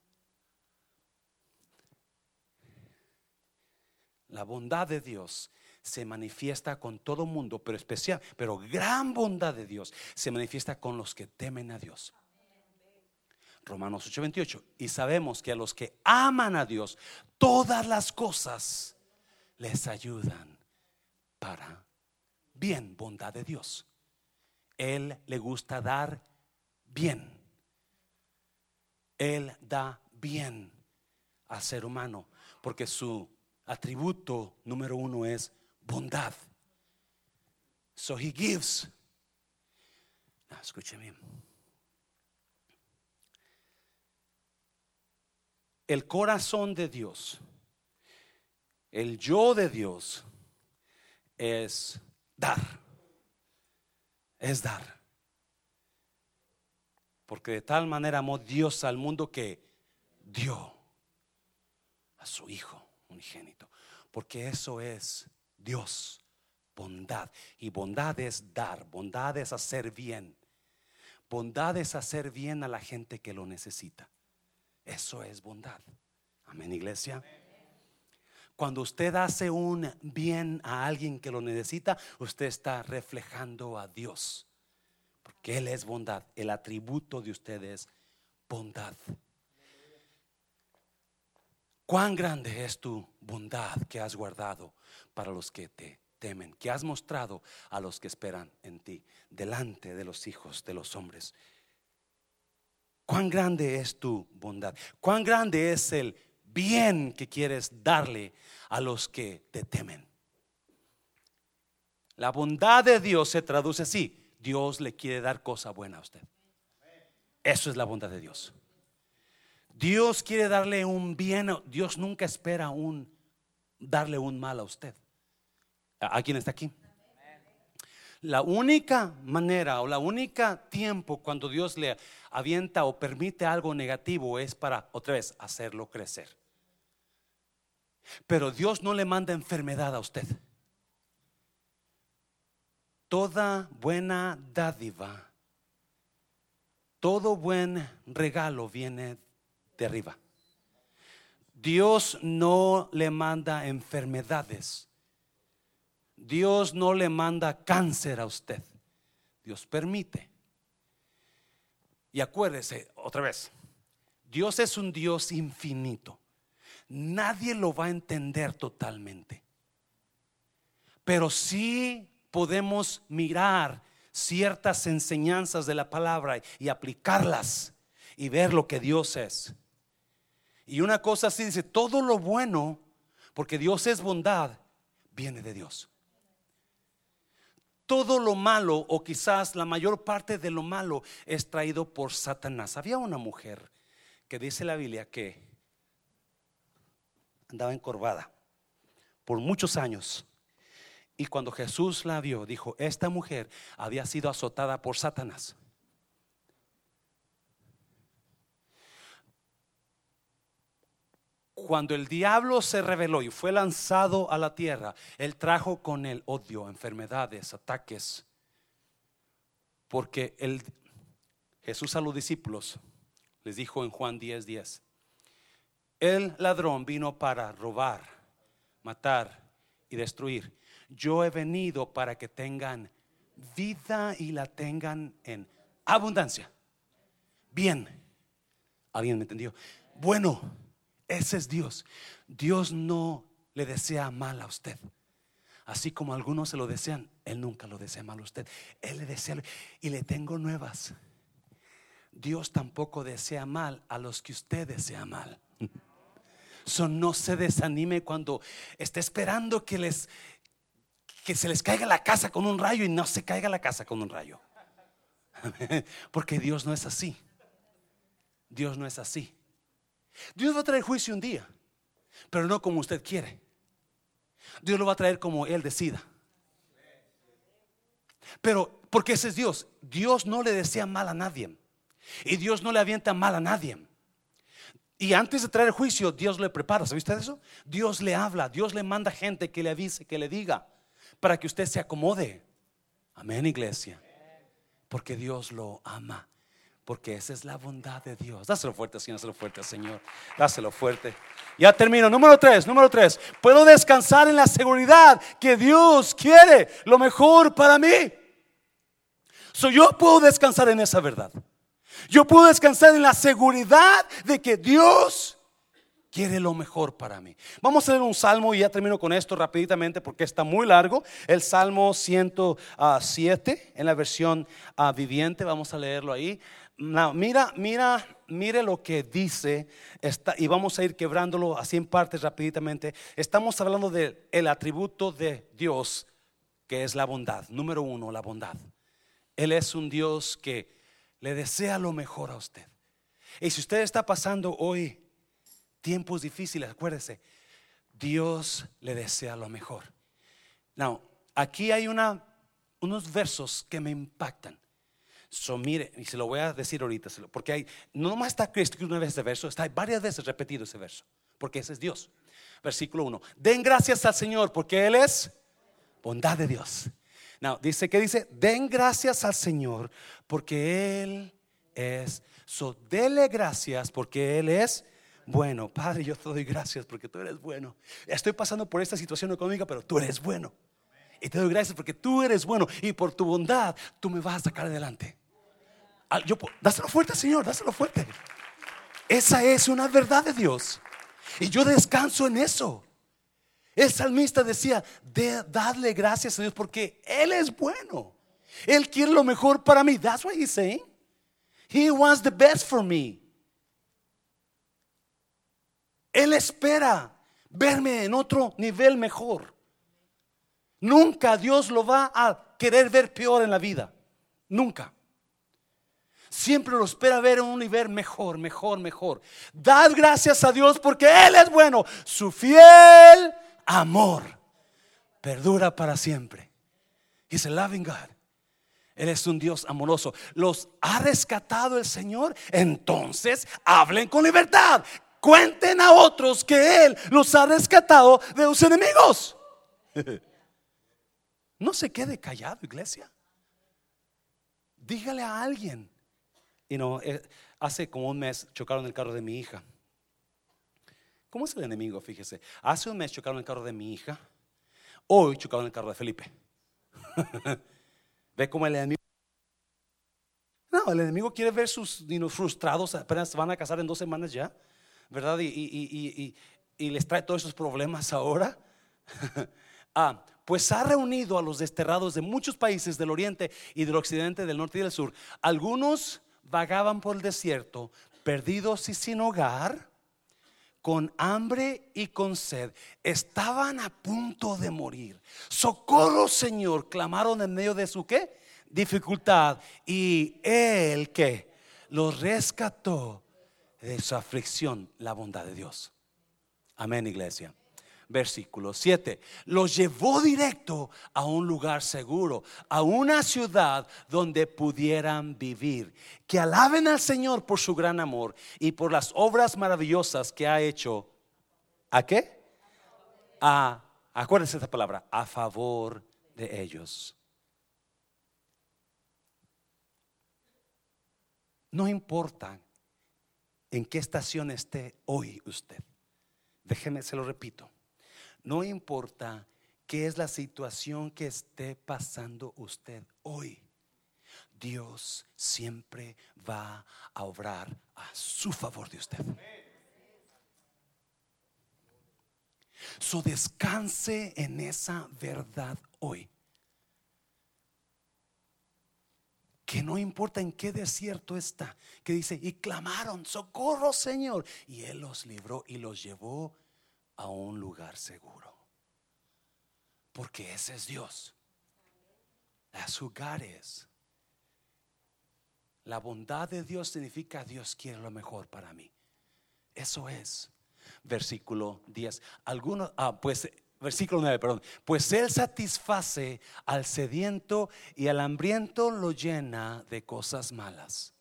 La bondad de Dios se manifiesta con todo mundo, pero especial, pero gran bondad de Dios se manifiesta con los que temen a Dios. Romanos ocho veintiocho. Y sabemos que a los que aman a Dios, todas las cosas les ayudan para bien, bondad de Dios. Él le gusta dar bien. Él da bien al ser humano, porque su atributo número uno es bondad. So he gives. No, escuchen bien. El corazón de Dios, el yo de Dios es dar. Es dar. Porque de tal manera amó Dios al mundo que dio a su Hijo unigénito. Porque eso es Dios, bondad. Y bondad es dar, bondad es hacer bien. Bondad es hacer bien a la gente que lo necesita. Eso es bondad. Amén, iglesia. Cuando usted hace un bien a alguien que lo necesita, usted está reflejando a Dios, porque Él es bondad. El atributo de usted es bondad. Cuán grande es tu bondad que has guardado para los que te temen, que has mostrado a los que esperan en ti, delante de los hijos de los hombres. Cuán grande es tu bondad, cuán grande es el bien que quieres darle a los que te temen. La bondad de Dios se traduce así: Dios le quiere dar cosa buena a usted. Eso es la bondad de Dios. Dios quiere darle un bien. Dios nunca espera un darle un mal a usted. ¿A quién está aquí? La única manera o la única tiempo cuando Dios le avienta o permite algo negativo es para, otra vez, hacerlo crecer. Pero Dios no le manda enfermedad a usted. Toda buena dádiva, todo buen regalo viene de arriba. Dios no le manda enfermedades. Dios no le manda cáncer a usted. Dios permite. Y acuérdese otra vez, Dios es un Dios infinito. Nadie lo va a entender totalmente, pero sí podemos mirar ciertas enseñanzas de la palabra y aplicarlas y ver lo que Dios es. Y una cosa así dice: todo lo bueno, porque Dios es bondad, viene de Dios. Todo lo malo, o quizás la mayor parte de lo malo, es traído por Satanás. Había una mujer que dice la Biblia que andaba encorvada por muchos años, y cuando Jesús la vio, dijo: esta mujer había sido azotada por Satanás. Cuando el diablo se rebeló y fue lanzado a la tierra, él trajo con él odio, enfermedades, ataques. Porque el, Jesús a los discípulos les dijo en Juan diez diez: el ladrón vino para robar, matar y destruir. Yo he venido para que tengan vida y la tengan en abundancia. Bien. ¿Alguien me entendió? Bueno, ese es Dios. Dios no le desea mal a usted. Así como algunos se lo desean, Él nunca lo desea mal a usted. Él le desea. Y le tengo nuevas: Dios tampoco desea mal a los que usted desea mal. So, no se desanime cuando esté esperando que les que se les caiga la casa con un rayo y no se caiga la casa con un rayo. Porque Dios no es así. Dios no es así. Dios va a traer juicio un día, pero no como usted quiere. Dios lo va a traer como Él decida. Pero porque ese es Dios. Dios no le desea mal a nadie, y Dios no le avienta mal a nadie. Y antes de traer juicio, Dios le prepara. ¿Sabe usted eso? Dios le habla, Dios le manda gente que le avise, que le diga, para que usted se acomode. Amén, iglesia. Porque Dios lo ama. Porque esa es la bondad de Dios. Dáselo fuerte, Señor, dáselo fuerte, Señor. Dáselo fuerte. Ya termino. Número tres, número tres. Puedo descansar en la seguridad que Dios quiere lo mejor para mí. So, yo puedo descansar en esa verdad. Yo puedo descansar en la seguridad de que Dios quiere lo mejor para mí. Vamos a leer un salmo y ya termino con esto rapidamente porque está muy largo. El Salmo ciento siete en la versión uh, viviente. Vamos a leerlo ahí. Now, mira, mira, mire lo que dice está, y vamos a ir quebrándolo así en partes rapiditamente. Estamos hablando del atributo de Dios, que es la bondad. Número uno, la bondad. Él es un Dios que le desea lo mejor a usted. Y si usted está pasando hoy tiempos difíciles, acuérdese, Dios le desea lo mejor. Now, aquí hay una, unos versos que me impactan. So, mire, y se lo voy a decir ahorita, porque hay, no nomás está escrito una vez ese verso, está varias veces repetido ese verso, porque ese es Dios. Versículo uno: den gracias al Señor, porque Él es bondad de Dios. Now, dice que dice, den gracias al Señor, porque Él es. So, dele gracias, porque Él es bueno. Padre, yo te doy gracias porque tú eres bueno. Estoy pasando por esta situación económica, pero tú eres bueno. Y te doy gracias porque tú eres bueno, y por tu bondad tú me vas a sacar adelante. Yo, dáselo fuerte, Señor, dáselo fuerte. Esa es una verdad de Dios, y yo descanso en eso. El salmista decía, de, dadle gracias a Dios porque Él es bueno. Él quiere lo mejor para mí. That's what he's saying. He wants the best for me. Él espera verme en otro nivel mejor. Nunca Dios lo va a querer ver peor en la vida. Nunca. Siempre lo espera ver en un nivel mejor, mejor, mejor. Dad gracias a Dios porque Él es bueno. Su fiel amor perdura para siempre. He's a loving God. Él es un Dios amoroso. Los ha rescatado el Señor. Entonces hablen con libertad. Cuenten a otros que Él los ha rescatado de sus enemigos. No se quede callado, iglesia. Dígale a alguien. You know, eh, hace como un mes chocaron el carro de mi hija. ¿Cómo es el enemigo? Fíjese. Hace un mes chocaron el carro de mi hija. Hoy chocaron el carro de Felipe. ¿Ve cómo el enemigo? No, el enemigo quiere ver sus you know, frustrados. Apenas se van a casar en dos semanas ya, ¿verdad? Y, y, y, y, y les trae todos esos problemas ahora. Ah, pues ha reunido a los desterrados de muchos países del oriente y del occidente, del norte y del sur. Algunos vagaban por el desierto, perdidos y sin hogar, con hambre y con sed. Estaban a punto de morir. Socorro, Señor, clamaron en medio de su ¿qué? Dificultad. Y Él que los rescató de su aflicción. La bondad de Dios. Amén, iglesia. Versículo siete: los llevó directo a un lugar seguro, a una ciudad donde pudieran vivir. Que alaben al Señor por su gran amor y por las obras maravillosas que ha hecho. ¿A qué? A, acuérdense esta palabra, a favor de ellos. No importa en qué estación esté hoy usted. Déjeme, se lo repito. No importa qué es la situación que esté pasando usted hoy, Dios siempre va a obrar a su favor de usted. So descanse en esa verdad hoy. Que no importa en qué desierto está, que dice, y clamaron, socorro, Señor, y Él los libró y los llevó a un lugar seguro. Porque ese es Dios. That's who God is. La bondad de Dios significa Dios quiere lo mejor para mí. Eso es. Versículo diez. Algunos, ah, pues, versículo nueve, perdón. Pues Él satisface al sediento y al hambriento lo llena de cosas malas.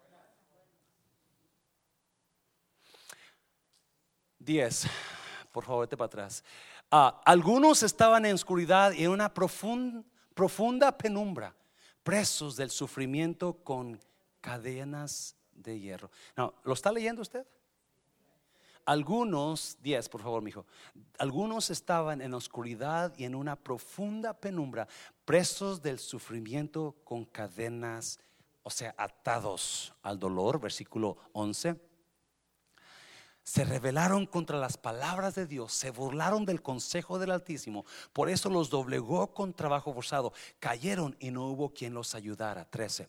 diez. Por favor, vete para atrás. Ah, algunos estaban en oscuridad y en una profunda, profunda penumbra, presos del sufrimiento con cadenas de hierro. No, ¿lo está leyendo usted? Algunos, diez, por favor, mijo. Algunos estaban en oscuridad y en una profunda penumbra, presos del sufrimiento con cadenas, o sea, atados al dolor. Versículo once. Se rebelaron contra las palabras de Dios, se burlaron del consejo del Altísimo, por eso los doblegó con trabajo forzado. Cayeron y no hubo quien los ayudara. Trece.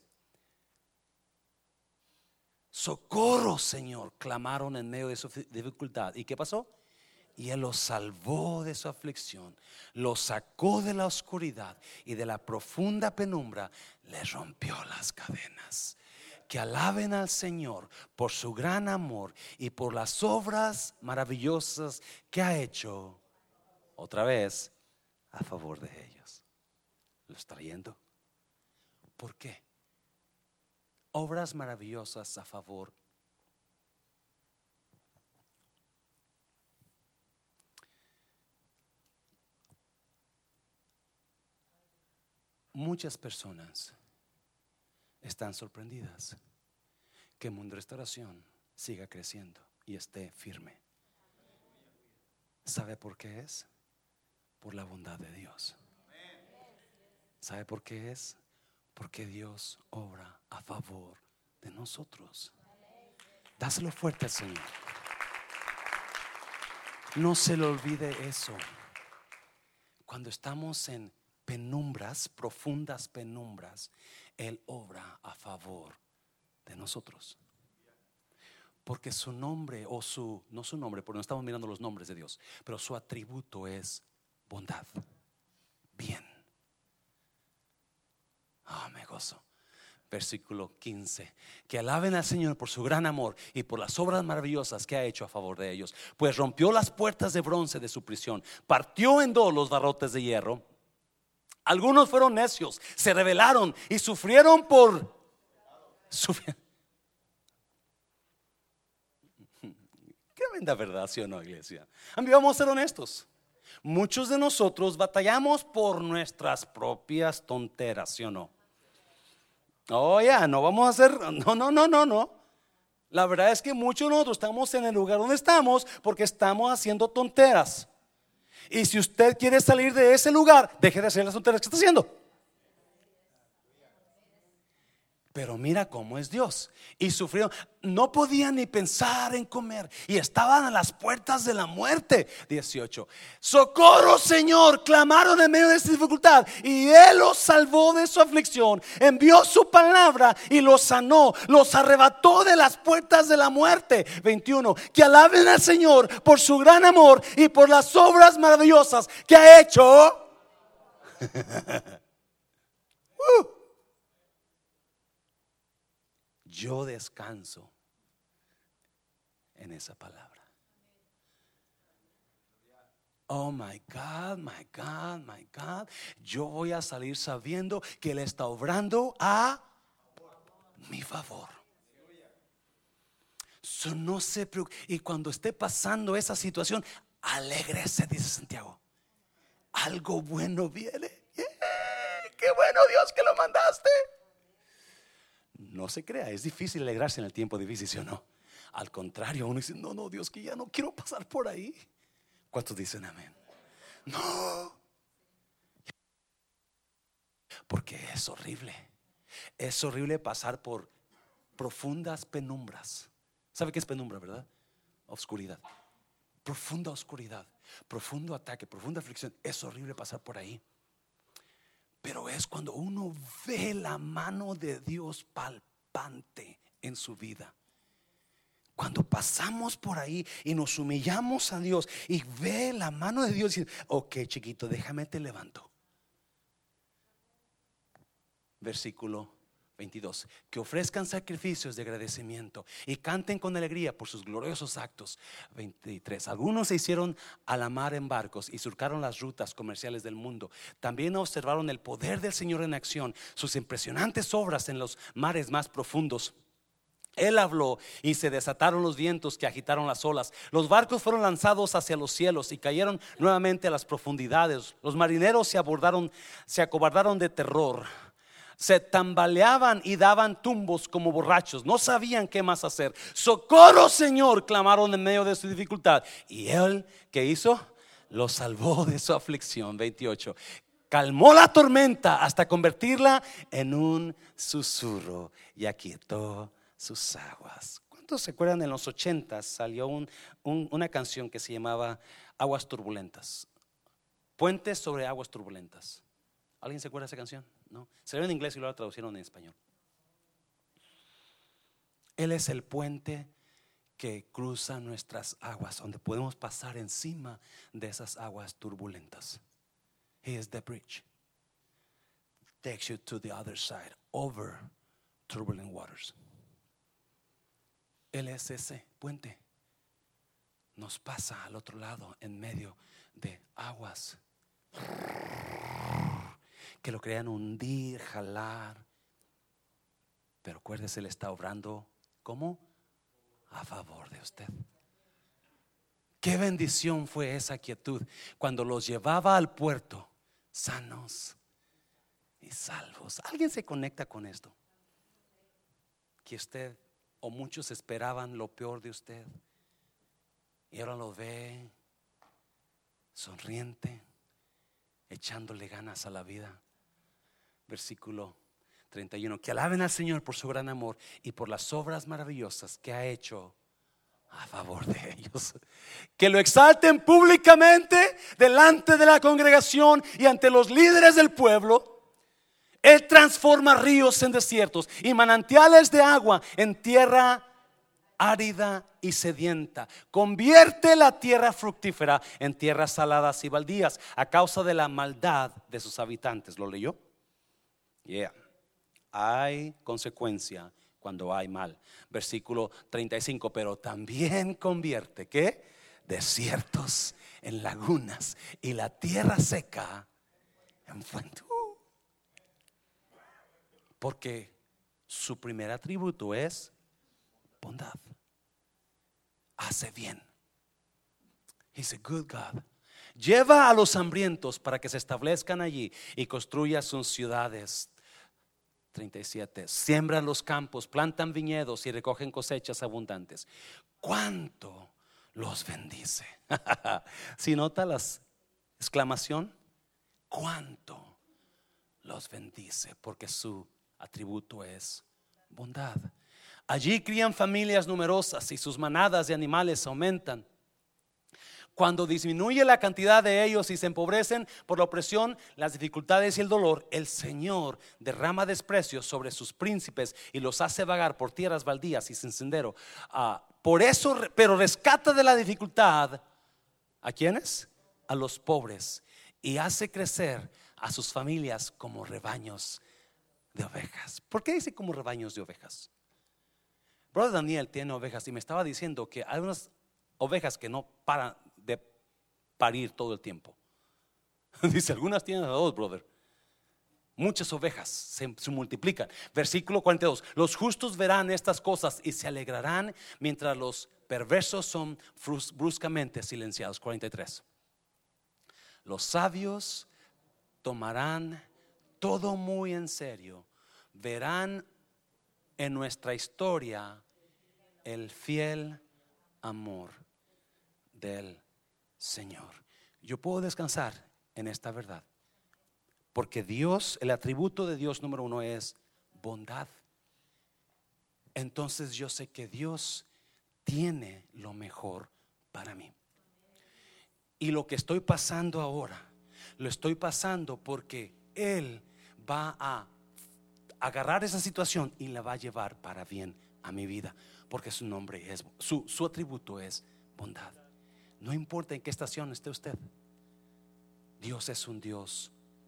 Socorro, Señor, clamaron en medio de su dificultad. ¿Y qué pasó? Y Él los salvó de su aflicción, los sacó de la oscuridad y de la profunda penumbra, les rompió las cadenas. Que alaben al Señor por su gran amor y por las obras maravillosas que ha hecho, otra vez, a favor de ellos. ¿Lo está leyendo? ¿Por qué? Obras maravillosas a favor. Muchas personas están sorprendidas que Mundo Restauración siga creciendo y esté firme. ¿Sabe por qué es? Por la bondad de Dios. ¿Sabe por qué es? Porque Dios obra a favor de nosotros. Dáselo fuerte al Señor. No se le olvide eso. Cuando estamos en penumbras, profundas penumbras, Él obra a favor de nosotros. Porque su nombre, o su, no su nombre, porque no estamos mirando los nombres de Dios, pero su atributo es bondad, bien. Ah, oh, me gozo. Versículo quince. Que alaben al Señor por su gran amor y por las obras maravillosas que ha hecho a favor de ellos. Pues rompió las puertas de bronce de su prisión, partió en dos los barrotes de hierro. Algunos fueron necios, se rebelaron y sufrieron por sufrieron. Qué tremenda verdad, ¿sí o no, iglesia? A mí, vamos a ser honestos. Muchos de nosotros batallamos por nuestras propias tonteras, ¿sí o no? Oh, ya, no vamos a hacer, no, no, no, no, no. La verdad es que muchos de nosotros estamos en el lugar donde estamos porque estamos haciendo tonteras. Y si usted quiere salir de ese lugar, deje de hacer las tonteras que está haciendo. Pero mira cómo es Dios. Y sufrieron, no podían ni pensar en comer y estaban a las puertas de la muerte. Dieciocho. Socorro, Señor, clamaron en medio de esta dificultad y Él los salvó de su aflicción. Envió su palabra y los sanó, los arrebató de las puertas de la muerte. veintiuno. Que alaben al Señor por su gran amor y por las obras maravillosas que ha hecho. uh. Yo descanso en esa palabra. Oh my God, my God, my God. Yo voy a salir sabiendo que Él está obrando a mi favor. So, no se preocupe. Y cuando esté pasando esa situación, alégrese, dice Santiago. Algo bueno viene. Yeah, qué bueno, Dios, que lo mandaste. No se crea, es difícil alegrarse en el tiempo difícil, ¿sí o no? Al contrario, uno dice, no, no, Dios, que ya no quiero pasar por ahí. ¿Cuántos dicen amén? No. Porque es horrible. Es horrible pasar por profundas penumbras. ¿Sabe qué es penumbra, verdad? Oscuridad. Profunda oscuridad, profundo ataque, profunda aflicción. Es horrible pasar por ahí. Pero es cuando uno ve la mano de Dios palpante en su vida. Cuando pasamos por ahí y nos humillamos a Dios y ve la mano de Dios y dice, ok, chiquito, déjame te levanto. Versículo veintidós. Que ofrezcan sacrificios de agradecimiento y canten con alegría por sus gloriosos actos. veintitrés. Algunos se hicieron a la mar en barcos y surcaron las rutas comerciales del mundo. También observaron el poder del Señor en acción, sus impresionantes obras en los mares más profundos. Él habló y se desataron los vientos que agitaron las olas. Los barcos fueron lanzados hacia los cielos y cayeron nuevamente a las profundidades. Los marineros se abordaron, se acobardaron de terror. Se tambaleaban y daban tumbos como borrachos. No sabían qué más hacer. Socorro, Señor, clamaron en medio de su dificultad. Y Él, ¿qué hizo? Los salvó de su aflicción. veintiocho. Calmó la tormenta hasta convertirla en un susurro y aquietó sus aguas. ¿Cuántos se acuerdan? En los ochentas salió un, un, una canción que se llamaba Aguas Turbulentas, Puentes sobre Aguas Turbulentas. ¿Alguien se acuerda de esa canción? No, salió en inglés y luego la traducieron en español. Él es el puente que cruza nuestras aguas, donde podemos pasar encima de esas aguas turbulentas. He is the bridge, takes you to the other side, over turbulent waters. Él es ese puente, nos pasa al otro lado en medio de aguas que lo querían hundir, jalar. Pero acuérdese, Él está obrando ¿cómo? A favor de usted. Qué bendición fue esa quietud cuando los llevaba al puerto sanos y salvos. ¿Alguien se conecta con esto? Que usted o muchos esperaban lo peor de usted y ahora lo ve sonriente, echándole ganas a la vida. Versículo treinta y uno: que alaben al Señor por su gran amor y por las obras maravillosas que ha hecho a favor de ellos. Que lo exalten públicamente delante de la congregación y ante los líderes del pueblo. Él transforma ríos en desiertos y manantiales de agua en tierra árida y sedienta. Convierte la tierra fructífera en tierras saladas y baldías a causa de la maldad de sus habitantes. ¿Lo leyó? Yeah. Hay consecuencia cuando hay mal. Versículo treinta y cinco: pero también convierte ¿qué? Desiertos en lagunas y la tierra seca en fuente. Porque su primer atributo es bondad. Hace bien. He's a good God. Lleva a los hambrientos para que se establezcan allí y construya sus ciudades. treinta y siete: siembran los campos, plantan viñedos y recogen cosechas abundantes. ¿Cuánto los bendice? Si nota la exclamación, ¿cuánto los bendice? Porque su atributo es bondad. Allí crían familias numerosas y sus manadas de animales aumentan. Cuando disminuye la cantidad de ellos y se empobrecen por la opresión, las dificultades y el dolor, el Señor derrama desprecio sobre sus príncipes y los hace vagar por tierras baldías y sin sendero. Ah, por eso, pero rescata de la dificultad ¿a quiénes? A los pobres, y hace crecer a sus familias como rebaños de ovejas. ¿Por qué dice como rebaños de ovejas? Brother Daniel tiene ovejas y me estaba diciendo que hay unas ovejas que no paran de parir todo el tiempo. Dice, algunas tienen a dos, brother. Muchas ovejas se, se multiplican. Versículo cuarenta y dos: los justos verán estas cosas y se alegrarán, mientras los perversos son bruscamente silenciados. cuarenta y tres: los sabios tomarán todo muy en serio, verán en nuestra historia el fiel amor del Señor. Yo puedo descansar en esta verdad, porque Dios, el atributo de Dios número uno es bondad. Entonces yo sé que Dios tiene lo mejor para mí. Y lo que estoy pasando ahora, lo estoy pasando porque Él va a agarrar esa situación y la va a llevar para bien a mi vida, porque su nombre es, su, su atributo es bondad. No importa en qué estación esté usted, Dios es un Dios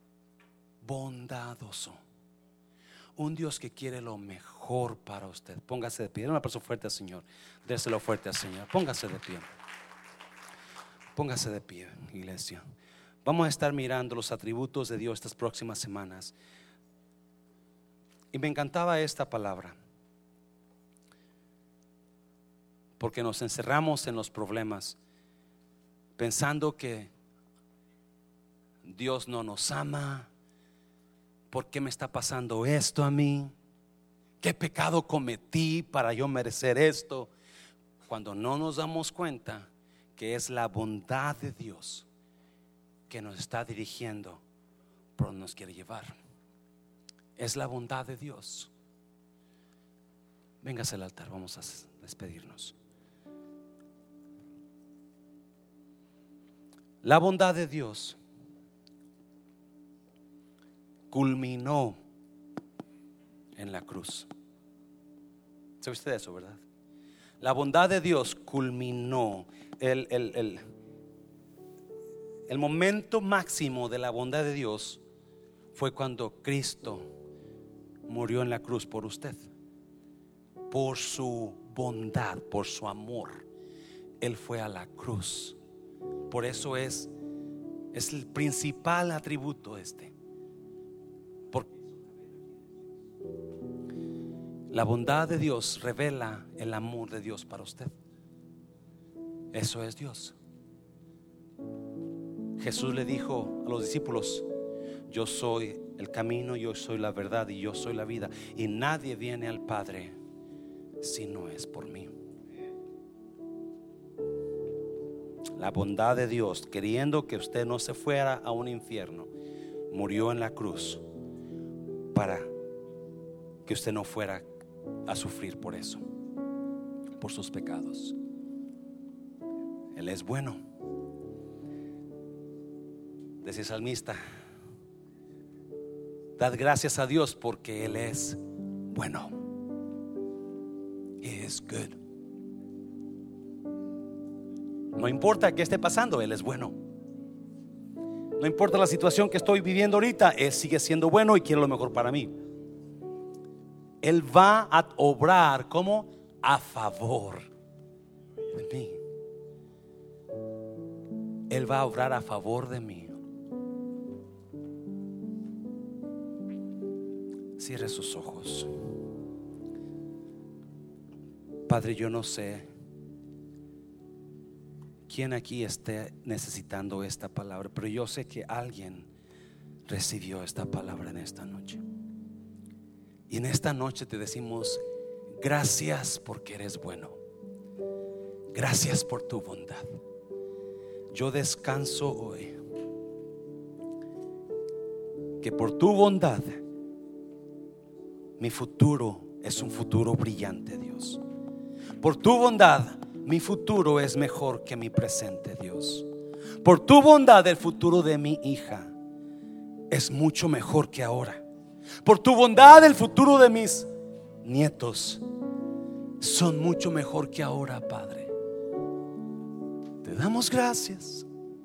bondadoso, un Dios que quiere lo mejor para usted. Póngase de pie, un aplauso fuerte al Señor, déselo fuerte al Señor. Póngase de pie, póngase de pie, iglesia. Vamos a estar mirando los atributos de Dios estas próximas semanas. Y me encantaba esta palabra, porque nos encerramos en los problemas pensando que Dios no nos ama. ¿Por qué me está pasando esto a mí? ¿Qué pecado cometí para yo merecer esto? Cuando no nos damos cuenta que es la bondad de Dios que nos está dirigiendo por donde nos quiere llevar. Es la bondad de Dios. Véngase al altar, vamos a despedirnos. La bondad de Dios culminó en la cruz. ¿Sabe usted eso, verdad? La bondad de Dios culminó. El, el, el, el momento máximo de la bondad de Dios fue cuando Cristo murió en la cruz por usted. Por su bondad, por su amor, Él fue a la cruz. Por eso es, es el principal atributo este. Porque la bondad de Dios revela el amor de Dios para usted. Eso es Dios. Jesús le dijo a los discípulos: yo soy el camino, yo soy la verdad y yo soy la vida, y nadie viene al Padre si no es por mí. La bondad de Dios, queriendo que usted no se fuera a un infierno, murió en la cruz para que usted no fuera a sufrir por eso, por sus pecados. Él es bueno. Decía el salmista: dad gracias a Dios porque Él es bueno. He is good. No importa qué esté pasando, Él es bueno. No importa la situación que estoy viviendo ahorita, Él sigue siendo bueno y quiere lo mejor para mí. Él va a obrar como a favor de mí. Él va a obrar a favor de mí. Cierre sus ojos. Padre, yo no sé quién aquí esté necesitando esta palabra, pero yo sé que alguien recibió esta palabra en esta noche. Y en esta noche te decimos: gracias porque eres bueno. Gracias por tu bondad. Yo descanso hoy que por tu bondad mi futuro es un futuro brillante, Dios. Por tu bondad mi futuro es mejor que mi presente, Dios. Por tu bondad el futuro de mi hija es mucho mejor que ahora. Por tu bondad el futuro de mis nietos son mucho mejor que ahora, Padre. Te damos gracias.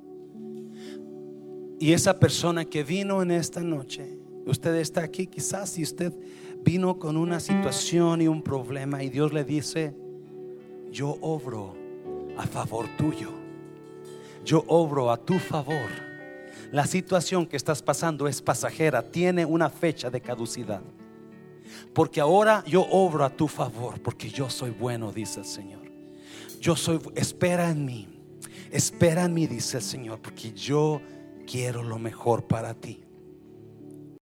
Y esa persona que vino en esta noche, usted está aquí, quizás si usted vino con una situación y un problema y Dios le dice: yo obro a favor tuyo, yo obro a tu favor. La situación que estás pasando es pasajera, tiene una fecha de caducidad, porque ahora yo obro a tu favor, porque yo soy bueno, dice el Señor. Yo soy, espera en mí, espera en mí, dice el Señor, porque yo quiero lo mejor para ti.